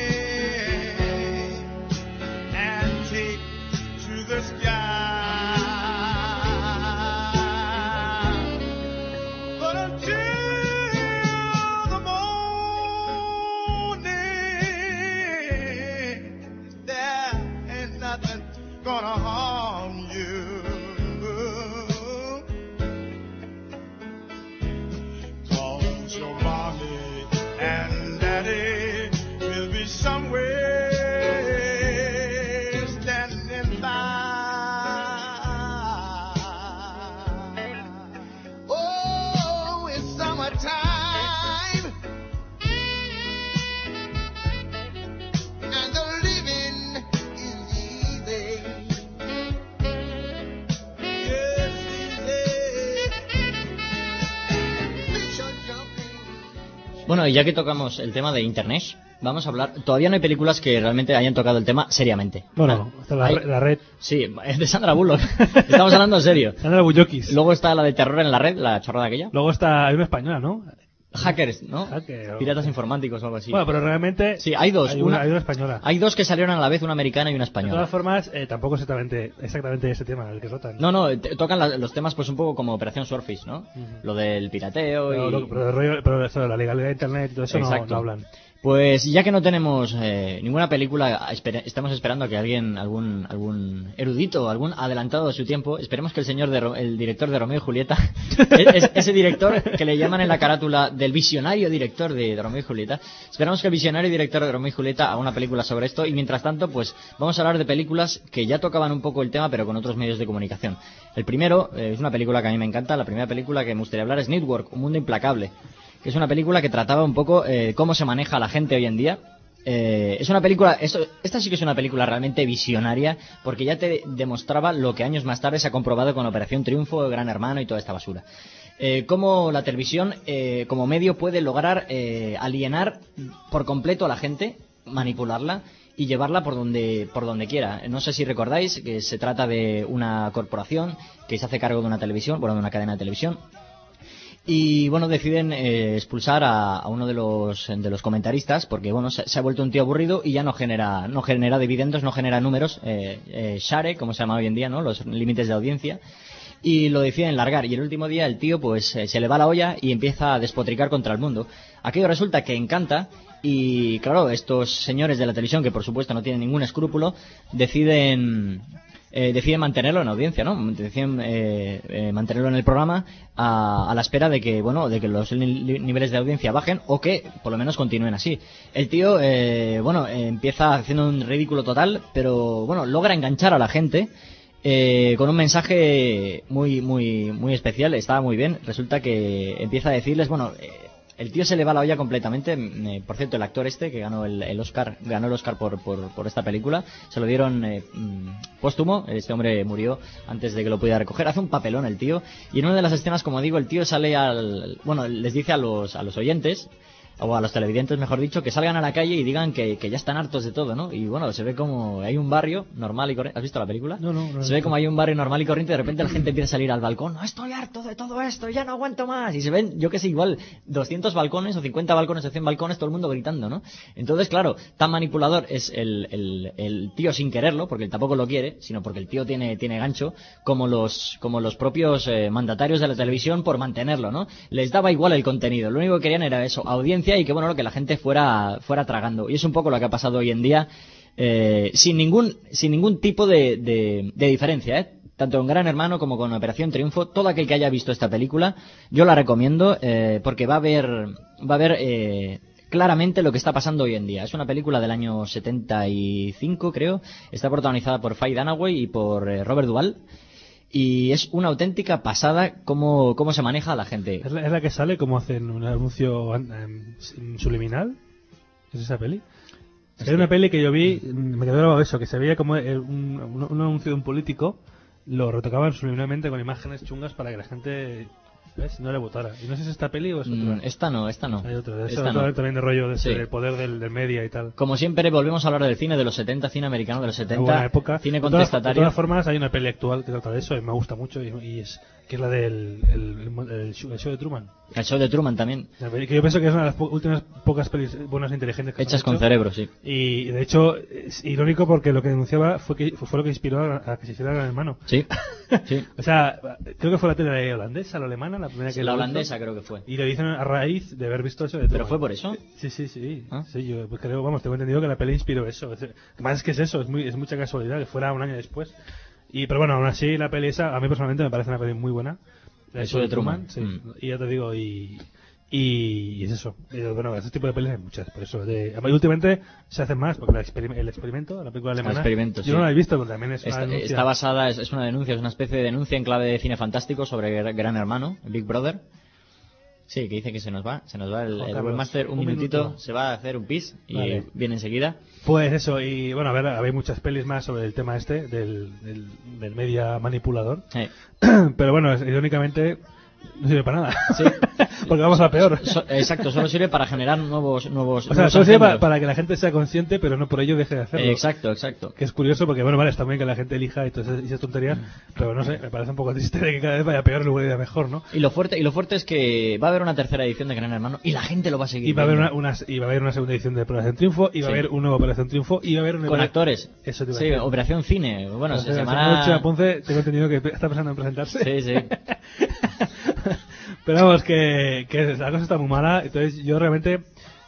Speaker 6: time, and the living is easy. Yes, easy. Fish are jumping.
Speaker 2: Bueno, y ya que tocamos el tema de Internet, vamos a hablar... Todavía no hay películas que realmente hayan tocado el tema seriamente.
Speaker 3: Bueno,
Speaker 2: Ah,
Speaker 3: está la,
Speaker 2: hay-
Speaker 3: re- la red.
Speaker 2: Sí, es de Sandra Bullock. Estamos hablando en serio.
Speaker 3: Sandra Bullockis.
Speaker 2: Luego está la de terror en la red, la chorrada aquella.
Speaker 3: Luego está, hay una española, ¿no?
Speaker 2: Hackers, ¿no?
Speaker 3: Hacker, o-
Speaker 2: Piratas informáticos o algo así.
Speaker 3: Bueno, pero realmente...
Speaker 2: Sí, hay dos.
Speaker 3: Hay
Speaker 2: una,
Speaker 3: una, hay una española.
Speaker 2: hay dos que salieron a la vez, una americana y una
Speaker 3: De
Speaker 2: española.
Speaker 3: todas formas, eh, tampoco exactamente, exactamente ese tema el que tratan.
Speaker 2: No, no, te- tocan la- los temas pues un poco como Operación Surface, ¿no?
Speaker 3: Ujú.
Speaker 2: Lo del pirateo
Speaker 3: Pero,
Speaker 2: y...
Speaker 3: lo- pero, el rollo- pero eso de la legalidad de Internet y todo eso no,
Speaker 2: Exacto.
Speaker 3: no hablan.
Speaker 2: Pues ya que no tenemos eh, ninguna película, espere- estamos esperando a que alguien, algún algún erudito, algún adelantado de su tiempo, esperemos que el señor, de Ro- el director de Romeo y Julieta, es- es- ese director que le llaman en la carátula del visionario director de, de Romeo y Julieta, esperamos que el visionario director de Romeo y Julieta haga una película sobre esto y mientras tanto, pues vamos a hablar de películas que ya tocaban un poco el tema pero con otros medios de comunicación. El primero eh, es una película que a mí me encanta, la primera película que me gustaría hablar es Network, Un Mundo Implacable, que es una película que trataba un poco eh, cómo se maneja la gente hoy en día. Eh, es una película, esto, esta sí que es una película realmente visionaria, porque ya te demostraba lo que años más tarde se ha comprobado con Operación Triunfo, Gran Hermano y toda esta basura. Eh, cómo la televisión eh, como medio puede lograr eh, alienar por completo a la gente, manipularla y llevarla por donde por donde quiera. No sé si recordáis que se trata de una corporación que se hace cargo de una televisión, bueno, de una cadena de televisión. Y bueno, deciden eh, expulsar a, a uno de los de los comentaristas porque bueno, se, se ha vuelto un tío aburrido y ya no genera no genera dividendos, no genera números, eh, eh, share, como se llama hoy en día, ¿no? Los límites de audiencia. Y lo deciden largar. Y el último día el tío pues eh, se le va la olla y empieza a despotricar contra el mundo. Aquello resulta que encanta. Y claro, estos señores de la televisión, que por supuesto no tienen ningún escrúpulo, deciden eh, deciden mantenerlo en audiencia, ¿no? Deciden eh, eh, mantenerlo en el programa a, a la espera de que, bueno, de que los ni- niveles de audiencia bajen o que por lo menos continúen así. El tío, eh, bueno, eh, empieza haciendo un ridículo total, pero bueno, logra enganchar a la gente. Eh, con un mensaje muy muy muy especial, estaba muy bien. Resulta que empieza a decirles, bueno, eh, el tío se le va la olla completamente. Eh, por cierto, el actor este que ganó el, el Oscar, ganó el Oscar por, por, por esta película, se lo dieron eh, mm, póstumo. Este hombre murió antes de que lo pudiera recoger. Hace un papelón el tío. Y en una de las escenas, como digo, el tío sale al, bueno, les dice a los a los oyentes, o a los televidentes, mejor dicho, que salgan a la calle y digan que, que ya están hartos de todo, ¿no? Y bueno, se ve como hay un barrio normal y corriente. ¿Has visto la película?
Speaker 3: No, no, no.
Speaker 2: Se ve como hay un barrio normal y corriente y de repente la gente empieza a salir al balcón. No, estoy harto de todo esto, ya no aguanto más. Y se ven, yo que sé, igual doscientos balcones o cincuenta balcones o cien balcones, todo el mundo gritando, ¿no? Entonces, claro, tan manipulador es el, el, el tío sin quererlo, porque él tampoco lo quiere, sino porque el tío tiene, tiene gancho, como los, como los propios eh, mandatarios de la televisión por mantenerlo, ¿no? Les daba igual el contenido, lo único que querían era eso, audiencia y que, bueno, lo que la gente fuera fuera tragando. Y es un poco lo que ha pasado hoy en día, eh, sin ningún sin ningún tipo de, de, de diferencia, ¿eh? Tanto en Gran Hermano como con Operación Triunfo. Todo aquel que haya visto esta película, yo la recomiendo, eh, porque va a ver va a ver eh, claramente lo que está pasando hoy en día. Es una película del año setenta y cinco, creo. Está protagonizada por Faye Dunaway y por eh, Robert Duvall. Y es una auténtica pasada cómo, cómo se maneja a la gente.
Speaker 3: ¿Es la, es la que sale como hacen un anuncio em, subliminal? ¿Es esa peli?
Speaker 2: Es
Speaker 3: Era una
Speaker 2: que-
Speaker 3: peli que yo vi, me quedó grabado eso, que se veía como el- un, un, un anuncio de un político, lo retocaban subliminalmente con imágenes chungas para que la gente, ¿ves?, no le votara. Y no sé si es esta peli o es otra.
Speaker 2: Mm, esta no, esta no.
Speaker 3: Hay otra, es
Speaker 2: Esta
Speaker 3: otra
Speaker 2: no.
Speaker 3: también de rollo de ese,
Speaker 2: Sí.
Speaker 3: del poder del, del media y tal.
Speaker 2: Como siempre, volvemos a hablar del cine de los setenta, cine americano de los
Speaker 3: Una
Speaker 2: setenta,
Speaker 3: buena época.
Speaker 2: cine
Speaker 3: De todas- De
Speaker 2: contestatario.
Speaker 3: todas formas, hay una peli actual que trata de eso y me gusta mucho y, y es que es la del el, el- el show, el show de Truman.
Speaker 2: El show de Truman también,
Speaker 3: La peli que yo pienso que es una de las po- últimas pocas pelis buenas e inteligentes que se han
Speaker 2: hechas con
Speaker 3: hecho.
Speaker 2: cerebro, sí.
Speaker 3: Y de hecho es irónico porque lo que denunciaba fue que fue lo que inspiró a, a que se hiciera Gran Hermano.
Speaker 2: Sí, sí.
Speaker 3: O sea, creo que fue la tele holandesa, la alemana, la primera que
Speaker 2: La
Speaker 3: lo hizo.
Speaker 2: holandesa creo que fue.
Speaker 3: Y lo dicen a raíz de haber visto eso de
Speaker 2: ¿Pero
Speaker 3: Truman.
Speaker 2: fue por eso?
Speaker 3: Sí, sí, sí.
Speaker 2: ¿Ah?
Speaker 3: Sí, yo pues, creo, vamos, tengo entendido que la peli inspiró eso. Es- Más es que es eso, es muy es mucha casualidad que fuera un año después. Y pero bueno, aún así la peli esa a mí personalmente me parece una peli muy buena.
Speaker 2: El show de Truman.
Speaker 3: sí.
Speaker 2: Mm.
Speaker 3: Y ya te digo y y es eso. Y, bueno, ese tipo de pelis hay muchas, por eso de y últimamente se hacen más porque la experim- el experimento, la película alemana.
Speaker 2: Experimento,
Speaker 3: yo
Speaker 2: sí.
Speaker 3: no la he visto, pero también es una
Speaker 2: Está,
Speaker 3: denuncia.
Speaker 2: está basada, es, es una denuncia, es una especie de denuncia en clave de cine fantástico sobre Gran Hermano, Big Brother. Sí, que dice que se nos va, se nos va el,
Speaker 3: Juan
Speaker 2: el
Speaker 3: Carlos,
Speaker 2: webmaster, un,
Speaker 3: un
Speaker 2: minutito,
Speaker 3: minuto.
Speaker 2: se va a hacer un pis y
Speaker 3: Vale.
Speaker 2: viene enseguida.
Speaker 3: Pues eso, y bueno, a ver, hay muchas pelis más sobre el tema este del, del, del media manipulador.
Speaker 2: Eh,
Speaker 3: Pero bueno, es- irónicamente no sirve para nada.
Speaker 2: Sí.
Speaker 3: Porque vamos a peor.
Speaker 2: so- exacto, solo sirve para generar nuevos nuevos
Speaker 3: O sea,
Speaker 2: nuevos
Speaker 3: solo sirve para,
Speaker 2: engendros.
Speaker 3: para que la gente sea consciente, pero no por ello deje de hacerlo.
Speaker 2: Eh, exacto, exacto.
Speaker 3: Que es curioso porque, bueno, vale, está bien que la gente elija y todas esas, esas tonterías, pero no sé, me parece un poco triste de que cada vez vaya peor en lugar de ir a mejor, ¿no?
Speaker 2: Y lo fuerte y lo fuerte es que va a haber una tercera edición de Gran Hermano y la gente lo va a seguir
Speaker 3: Y va a haber
Speaker 2: viendo.
Speaker 3: una, una- y va a haber una segunda edición de Operación Triunfo, y va a
Speaker 2: Sí.
Speaker 3: haber una nueva Operación Triunfo, y va a haber una
Speaker 2: con actores.
Speaker 3: Eso te iba a
Speaker 2: Sí,
Speaker 3: decir.
Speaker 2: Operación Cine. Bueno, se
Speaker 3: Entonces,
Speaker 2: llamará.
Speaker 3: Chema Ponce, tengo entendido que está pensando en presentarse.
Speaker 2: Sí, sí.
Speaker 3: Pero vamos, que, que la cosa está muy mala, entonces yo realmente...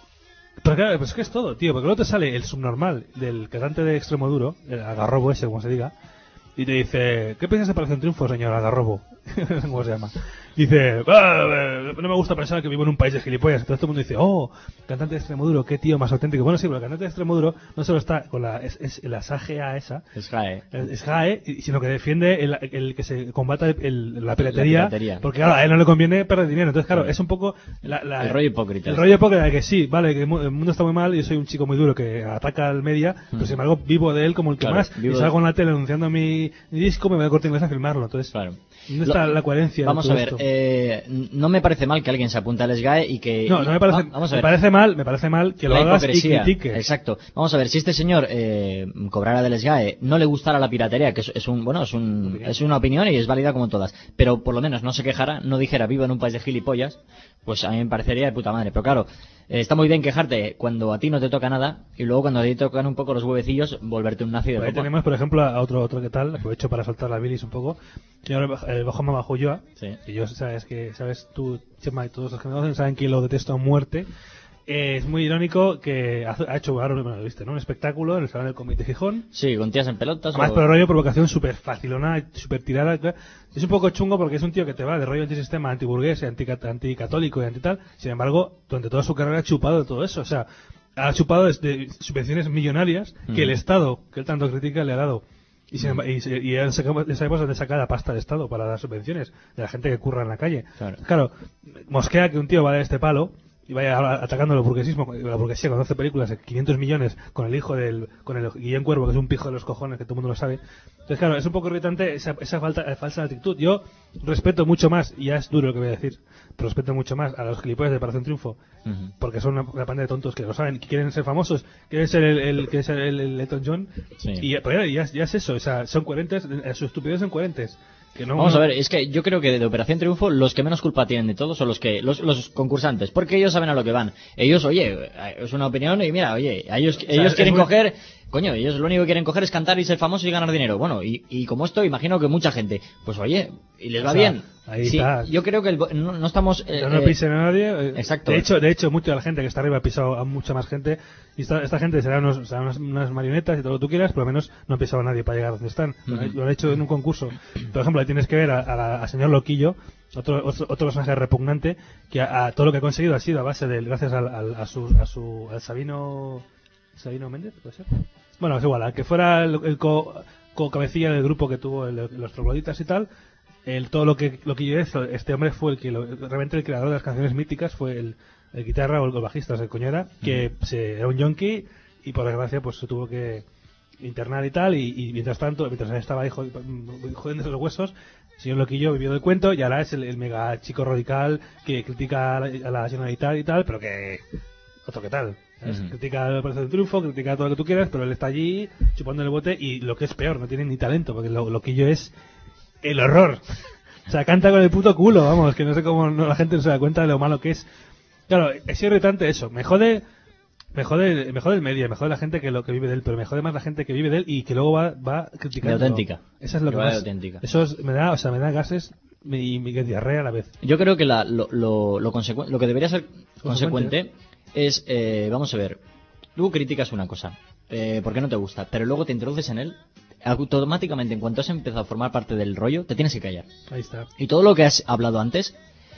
Speaker 3: Pero claro, pues es que es todo, tío, porque luego te sale el subnormal del cantante de Extremo Duro, el Algarrobo ese, como se diga, y te dice, ¿qué piensas de Operación Triunfo, señor Algarrobo? ¿Cómo se llama? Dice, "Ah, eh, no me gusta pensar que vivo en un país de gilipollas". Entonces todo el mundo dice, oh, cantante de Extremoduro, qué tío más auténtico. Bueno, sí, pero el cantante de Extremoduro no solo está con la, es, es la S A G A esa,
Speaker 2: Es Jae.
Speaker 3: es GAE, y- sino que defiende el, el que se combata el- la, piratería,
Speaker 2: La piratería.
Speaker 3: porque claro, a él no le conviene perder dinero. Entonces, claro,
Speaker 2: Claro.
Speaker 3: es un poco la, la-
Speaker 2: El rollo hipócrita.
Speaker 3: El rollo hipócrita de que sí, vale, que el mu- el mundo está muy mal, yo soy un chico muy duro que ataca al media, pero sin embargo vivo de él como el que
Speaker 2: Claro,
Speaker 3: más,
Speaker 2: vivo
Speaker 3: y
Speaker 2: de-
Speaker 3: salgo en la tele anunciando mi, mi disco, me voy a cortar inglés a filmarlo. Entonces,
Speaker 2: Claro.
Speaker 3: ¿dónde está
Speaker 2: Lo-
Speaker 3: la coherencia? de
Speaker 2: Vamos
Speaker 3: todo
Speaker 2: a ver,
Speaker 3: esto?
Speaker 2: eh, no me parece mal que alguien se apunte al S G A E y que...
Speaker 3: No, no me parece,
Speaker 2: Va- vamos a
Speaker 3: me
Speaker 2: ver.
Speaker 3: parece mal, me parece mal que lo
Speaker 2: La
Speaker 3: hagas y
Speaker 2: hipocresía.
Speaker 3: critiques.
Speaker 2: Exacto. Vamos a ver, si este señor eh, cobrara del S G A E, no le gustara la piratería, que es, es un bueno, es un
Speaker 3: Opinión.
Speaker 2: es una opinión y es válida como todas, pero por lo menos no se quejara, no dijera vivo en un país de gilipollas, pues a mí me parecería de puta madre. Pero claro, eh, está muy bien quejarte cuando a ti no te toca nada y luego cuando a ti te tocan un poco los huevecillos, volverte un nazi de
Speaker 3: Por ahí
Speaker 2: copa.
Speaker 3: tenemos, por ejemplo, a otro, otro que tal, aprovecho para soltar la bilis un poco, señor eh, Bajo Mama Ulloa,
Speaker 2: Sí.
Speaker 3: que yo sabes que, sabes tú, Chema, y todos los que me conocen saben que lo detesto a muerte. Eh, es muy irónico que ha, ha hecho ahora, bueno, viste, ¿no? Un espectáculo en el Salón del Comité Gijón,
Speaker 2: Sí, con tías en pelotas.
Speaker 3: además
Speaker 2: o-
Speaker 3: por el rollo provocación súper facilona, súper tirada. claro. Es un poco chungo porque es un tío que te va de rollo antisistema, antiburgués, antica- anticatólico y antital. Sin embargo, durante toda su carrera ha chupado de todo eso. O sea, ha chupado de subvenciones millonarias que el
Speaker 2: Mm.
Speaker 3: Estado, que él tanto critica, le ha dado. Y, sin emba- y, se- y ya sacamos- ya sabemos dónde saca la pasta del Estado para dar subvenciones de la gente que curra en la calle.
Speaker 2: Claro.
Speaker 3: Claro, mosquea que un tío vaya de este palo y vaya a- atacando el burguesismo, la burguesía con doce películas de quinientos millones con el hijo del, con el Guillén Cuervo, que es un pijo de los cojones, que todo el mundo lo sabe. Entonces, claro, es un poco irritante esa, esa falta, eh, falsa actitud. Yo respeto mucho más, y ya es duro lo que voy a decir, pero respeto mucho más a los gilipollas de Operación Triunfo,
Speaker 2: Ujú.
Speaker 3: porque son una, una panda de tontos que lo saben, que quieren ser famosos, quieren ser el, el, quieren ser el, el Elton John,
Speaker 2: Sí.
Speaker 3: y pero ya, ya es eso, o sea, son coherentes, eh, sus estupideces son coherentes. Que no,
Speaker 2: Vamos
Speaker 3: no-
Speaker 2: a ver, es que yo creo que de Operación Triunfo los que menos culpa tienen de todos son los que los, los concursantes, porque ellos saben a lo que van. Ellos, oye, es una opinión y mira, oye, a ellos, ellos
Speaker 3: es
Speaker 2: quieren
Speaker 3: muy-
Speaker 2: coger, coño, ellos lo único que quieren coger es cantar y ser famosos y ganar dinero. Bueno, y, y como esto, imagino que mucha gente, pues oye, y les
Speaker 3: O
Speaker 2: va
Speaker 3: sea,
Speaker 2: bien.
Speaker 3: ahí
Speaker 2: Sí,
Speaker 3: está.
Speaker 2: yo creo que el bo- no, no estamos... eh,
Speaker 3: No, no
Speaker 2: eh,
Speaker 3: pisen a nadie. eh,
Speaker 2: exacto.
Speaker 3: De hecho, de hecho, mucha de la gente que está arriba ha pisado a mucha más gente. Y esta, esta gente será, unos, será unas, unas marionetas y todo lo que tú quieras, por lo menos no ha pisado a nadie para llegar a donde están. Lo han-
Speaker 2: Ujú.
Speaker 3: Lo han hecho en un concurso. Por ejemplo, ahí tienes que ver a- a la- al señor Loquillo, otro, otro, otro personaje repugnante, que a, a todo lo que ha conseguido ha sido a base del, gracias al, al- a su, a su, al Sabino, Sabino Méndez, ¿puede ser? Bueno, es igual, al que fuera el, el co, co- cabecilla del grupo que tuvo el- los trogloditas y tal, el, todo lo que lo que yo hizo, este hombre fue el que lo- realmente el creador de las canciones míticas, fue el, el guitarra o el, el bajista, el coño era, que se, era un yonki y por desgracia pues se tuvo que internar y tal, y, y mientras tanto, mientras él estaba ahí jod- jodiéndose los huesos, el señor Loquillo vivió del cuento y ahora es el, el mega chico radical que critica a la, a la Generalitat y tal, pero que otro que tal. ¿sabes?
Speaker 2: Ujú.
Speaker 3: Critica el proceso de triunfo, critica todo lo que tú quieras, pero él está allí chupando el bote y lo que es peor, no tiene ni talento, porque lo, Loquillo es el horror. O sea, canta con el puto culo, vamos, que no sé cómo no, la gente no se da cuenta de lo malo que es. Claro, es irritante eso. Me jode, me jode, me jode el media, me jode la gente que lo que vive de él, pero me jode más la gente que vive de él y que luego va, va criticando.
Speaker 2: De auténtica.
Speaker 3: Esa es lo
Speaker 2: Que
Speaker 3: que
Speaker 2: va de
Speaker 3: más.
Speaker 2: auténtica.
Speaker 3: Eso es- me da, o sea, me da gases y me diarrea a la vez.
Speaker 2: Yo creo que la, lo, lo, lo, consecu- lo que debería ser
Speaker 3: Consecuente.
Speaker 2: consecuente es, eh, vamos a ver, tú criticas una cosa, eh, porque no te gusta, pero luego te introduces en él, automáticamente en cuanto has empezado a formar parte del rollo, te tienes que callar.
Speaker 3: Ahí está.
Speaker 2: Y todo lo que has hablado antes,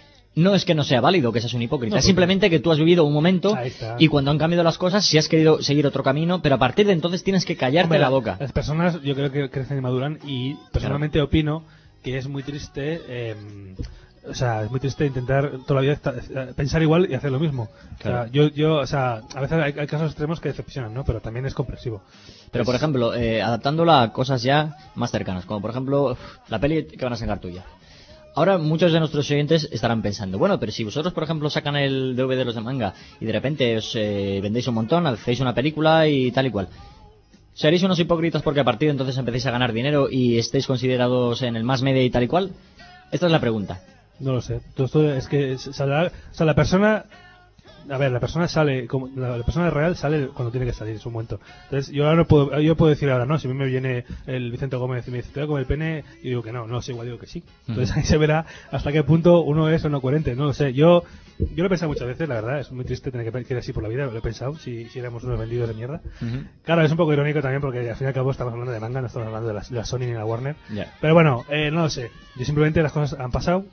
Speaker 2: no es que no sea válido, que seas un hipócrita,
Speaker 3: No,
Speaker 2: es
Speaker 3: porque-
Speaker 2: simplemente que tú has vivido un momento
Speaker 3: Ahí está.
Speaker 2: y cuando han cambiado las cosas, si has querido seguir otro camino, pero a partir de entonces tienes que callarte
Speaker 3: Hombre,
Speaker 2: la boca.
Speaker 3: Las personas yo creo que crecen y maduran y personalmente opino que es muy triste eh, o sea, es muy triste intentar todavía esta- pensar igual y hacer lo mismo.
Speaker 2: Claro.
Speaker 3: O sea, yo, yo, o sea, a veces hay, hay casos extremos que decepcionan, ¿no? Pero también es comprensivo.
Speaker 2: Pero, por ejemplo, eh, adaptándolo a cosas ya más cercanas, como por ejemplo uf, la peli que van a sacar tuya. Ahora muchos de nuestros oyentes estarán pensando, bueno, pero si vosotros, por ejemplo, sacan el D V D de los de manga y de repente os eh, vendéis un montón, hacéis una película y tal y cual, ¿seréis unos hipócritas porque a partir de entonces empecéis a ganar dinero y estéis considerados en el más media y tal y cual? Esta es la pregunta.
Speaker 3: No lo sé. Todo esto es que saldrá, o sea, la persona, a ver, la persona sale, como, la, la persona real sale cuando tiene que salir en su momento. Entonces, yo ahora no puedo, yo puedo decir ahora no, si a mí me viene el Vicente Gómez y me dice, te voy a comer el pene, y digo que no, no sé, igual digo que sí. Entonces ahí se verá hasta qué punto uno es o no coherente, no lo sé. Yo, yo lo he pensado muchas veces, la verdad, es muy triste tener que ir así por la vida, lo he pensado, si, si éramos unos vendidos de mierda.
Speaker 2: Ujú.
Speaker 3: Claro, es un poco irónico también porque al fin y al cabo estamos hablando de manga, no estamos hablando de la, de la Sony ni de la Warner.
Speaker 2: Ya.
Speaker 3: Pero bueno, eh, no lo sé. Yo simplemente las cosas han pasado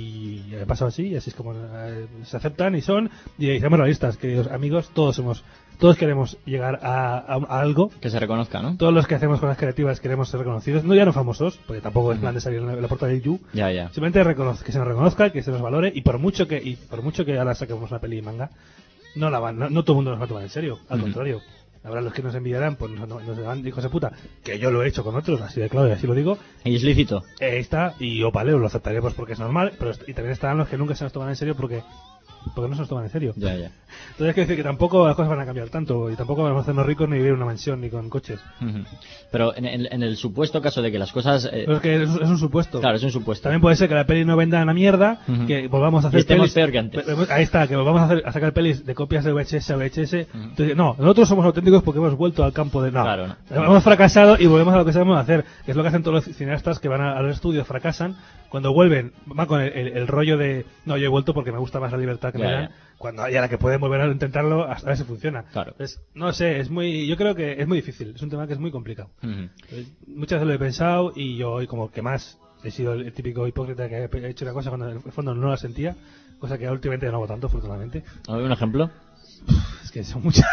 Speaker 3: y han pasado así, y así es como eh, se aceptan y son. Y seamos realistas, queridos amigos, todos somos, todos queremos llegar a, a- a algo.
Speaker 2: Que se reconozca, ¿no?
Speaker 3: Todos los que hacemos cosas creativas queremos ser reconocidos, no ya no famosos, porque tampoco es plan de salir en la, en la portada de You.
Speaker 2: Ya, ya.
Speaker 3: Simplemente reconoz- que se nos reconozca, que se nos valore, y por mucho que y por mucho que ahora saquemos una peli y manga, no la van, no, no todo el mundo nos va a tomar en serio, al
Speaker 2: Ujú.
Speaker 3: contrario. Habrá los que nos enviarán, pues nos, nos dirán hijos de puta, que yo lo he hecho con otros, así de claro, y así lo digo.
Speaker 2: Y es lícito.
Speaker 3: Eh, Ahí está, y o vale, lo aceptaremos porque es normal, pero est- y también estarán los que nunca se nos toman en serio porque porque no se nos toman en serio.
Speaker 2: Ya, ya.
Speaker 3: Entonces hay que decir que tampoco las cosas van a cambiar tanto, y tampoco vamos a hacernos ricos ni vivir en una mansión ni con coches.
Speaker 2: Ujú. Pero en, en- en el supuesto caso de que las cosas... eh,
Speaker 3: Pero es que es, es un supuesto.
Speaker 2: claro, es un supuesto.
Speaker 3: También puede ser que la peli no venda una mierda,
Speaker 2: Ujú.
Speaker 3: que volvamos a
Speaker 2: Y
Speaker 3: hacer
Speaker 2: estemos
Speaker 3: pelis.
Speaker 2: peor que antes.
Speaker 3: Ahí está, que volvamos a, hacer, a sacar pelis de copias de V H S a V H S. Entonces, no, nosotros somos auténticos porque hemos vuelto al campo de. No,
Speaker 2: Claro, no.
Speaker 3: hemos fracasado y volvemos a lo que sabemos hacer, que es lo que hacen todos los cineastas que van a, a los estudios, fracasan. Cuando vuelven, van con el, el- el rollo de. No, yo he vuelto porque me gusta más la libertad que
Speaker 2: Ya,
Speaker 3: me dan.
Speaker 2: ya.
Speaker 3: Cuando ya la que pueden volver a intentarlo, hasta a ver si funciona.
Speaker 2: Claro.
Speaker 3: Entonces, no sé, es muy. Yo creo que es muy difícil. Es un tema que es muy complicado.
Speaker 2: Ujú.
Speaker 3: Eh, Muchas veces lo he pensado y yo hoy como que más he sido el típico hipócrita que he hecho una cosa cuando en el fondo no la sentía, cosa que últimamente no hago tanto, afortunadamente.
Speaker 2: ¿Un ejemplo?
Speaker 3: Es que son muchas.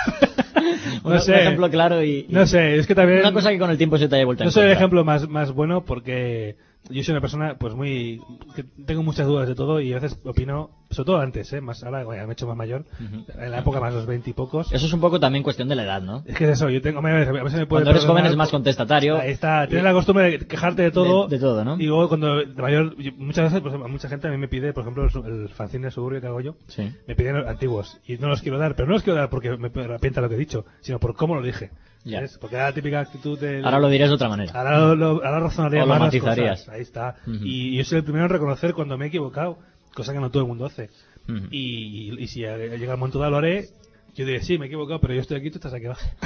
Speaker 2: Un-
Speaker 3: no sé.
Speaker 2: Un ejemplo claro y... y-
Speaker 3: No sé, es que también
Speaker 2: Una cosa que con el tiempo se te haya vuelto a
Speaker 3: no soy el
Speaker 2: encontrar.
Speaker 3: ejemplo más, más bueno porque yo soy una persona pues muy que tengo muchas dudas de todo y a veces opino, sobre todo antes, eh, más ahora bueno, me he hecho más mayor,
Speaker 2: Ujú.
Speaker 3: en la época más de los veinte y pocos.
Speaker 2: Eso es un poco también cuestión de la edad, ¿no?
Speaker 3: Es que es eso, yo tengo, a veces me puede
Speaker 2: Cuando eres joven
Speaker 3: perdonar
Speaker 2: es más
Speaker 3: por-
Speaker 2: contestatario.
Speaker 3: Ahí está, tienes la costumbre de quejarte de todo.
Speaker 2: De- de todo, ¿no?
Speaker 3: Y luego cuando de mayor, yo- muchas veces, pues, mucha gente a mí me pide, por ejemplo, el, su- el fanzine de Suburbio que hago yo,
Speaker 2: Sí.
Speaker 3: me piden antiguos y no los quiero dar, pero no los quiero dar porque me arrepienta lo que he dicho, sino por cómo lo dije.
Speaker 2: Ya.
Speaker 3: ¿Sabes? Porque era la típica actitud del...
Speaker 2: Ahora lo dirías de otra manera.
Speaker 3: Ahora, lo, lo- ahora razonaría
Speaker 2: O lo
Speaker 3: más las
Speaker 2: matizarías.
Speaker 3: cosas. Ahí está.
Speaker 2: Ujú.
Speaker 3: Y yo soy el primero en reconocer cuando me he equivocado, cosa que no todo el mundo hace.
Speaker 2: Ujú.
Speaker 3: Y, y si llega el momento de lo haré, yo diré, sí, me he equivocado, pero yo estoy aquí, tú estás aquí abajo.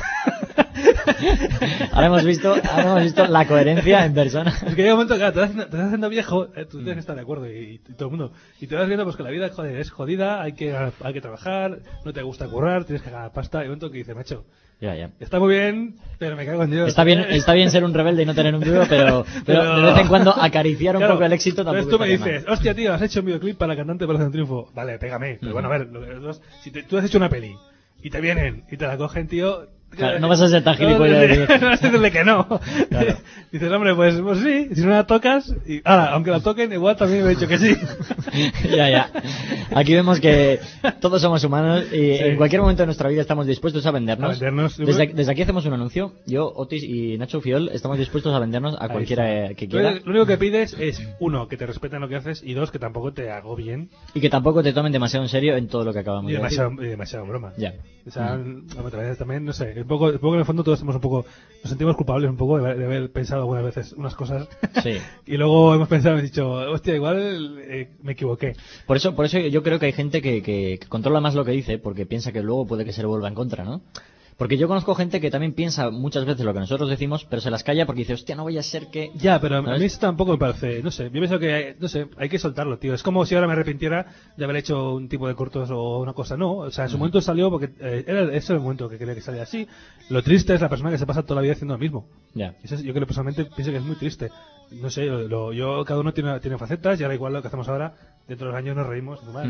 Speaker 2: Ahora hemos visto, ahora hemos visto la coherencia en persona.
Speaker 3: Es que llega un momento que claro, te, vas haciendo, te vas haciendo viejo, eh, tú tienes que estar de acuerdo y, y todo el mundo. Y te vas viendo pues que la vida joder, es jodida, hay que, hay que trabajar, no te gusta currar, tienes que ganar pasta. Y un momento que dice, macho,
Speaker 2: Ya, ya.
Speaker 3: está muy bien, pero me cago en Dios.
Speaker 2: Está bien, está bien ser un rebelde y no tener un duro, pero, pero
Speaker 3: Pero-
Speaker 2: de vez en cuando acariciar un
Speaker 3: Claro,
Speaker 2: poco el éxito tampoco
Speaker 3: entonces tú me
Speaker 2: estaría
Speaker 3: dices,
Speaker 2: mal.
Speaker 3: hostia tío, has hecho un videoclip para la cantante para un triunfo. Vale, pégame. Pero
Speaker 2: Ujú.
Speaker 3: bueno, a ver, lo- los dos- si te- tú has hecho una peli y te vienen y te la cogen, tío.
Speaker 2: Claro, no vas a ser tan
Speaker 3: no,
Speaker 2: gilipollas de
Speaker 3: decirle-
Speaker 2: decir-
Speaker 3: no vas a decirle que no.
Speaker 2: Claro.
Speaker 3: Dices, hombre, pues, pues sí, si no la tocas. Y, ahora, aunque la toquen, igual también me he dicho que sí.
Speaker 2: Ya, ya. Aquí vemos que todos somos humanos y
Speaker 3: Sí.
Speaker 2: en cualquier momento de nuestra vida estamos dispuestos a vendernos.
Speaker 3: A vendernos.
Speaker 2: Desde, desde aquí hacemos un anuncio. Yo, Otis y Nacho Fiol estamos dispuestos a vendernos a
Speaker 3: Ahí
Speaker 2: cualquiera
Speaker 3: está.
Speaker 2: que
Speaker 3: Lo
Speaker 2: quiera
Speaker 3: único- Lo único que pides es, uno, que te respeten lo que haces y dos, que tampoco te hago bien
Speaker 2: y que tampoco te tomen demasiado en serio en todo lo que acabamos
Speaker 3: y
Speaker 2: de decir.
Speaker 3: demasiado, y demasiado broma.
Speaker 2: Ya.
Speaker 3: O sea, hombre, también, también, no sé, un poco, un poco en el fondo todos estamos un poco, nos sentimos culpables un poco de, haber- de haber pensado algunas veces unas cosas
Speaker 2: Sí.
Speaker 3: y luego hemos pensado, hemos dicho, hostia, igual eh, me equivoqué.
Speaker 2: Por eso, por eso yo creo que hay gente que, que, que controla más lo que dice porque piensa que luego puede que se le vuelva en contra, ¿no? Porque yo conozco gente que también piensa muchas veces lo que nosotros decimos, pero se las calla porque dice, hostia, no vaya a ser que...
Speaker 3: Ya, pero a
Speaker 2: ¿Sabes?
Speaker 3: mí eso tampoco me parece, no sé, yo pienso que, hay- no sé, hay que soltarlo, tío. Es como si ahora me arrepintiera de haber hecho un tipo de cortos o una cosa, no. O sea, en su momento salió porque eh, era ese era el momento que quería que saliera así. Lo triste es la persona que se pasa toda la vida haciendo lo mismo.
Speaker 2: Ya.
Speaker 3: Eso es- yo creo personalmente pienso que es muy triste. No sé, lo, lo- yo cada uno tiene, tiene facetas y ahora igual lo que hacemos ahora, dentro de los años nos reímos, de
Speaker 2: Ujú.
Speaker 3: mierda.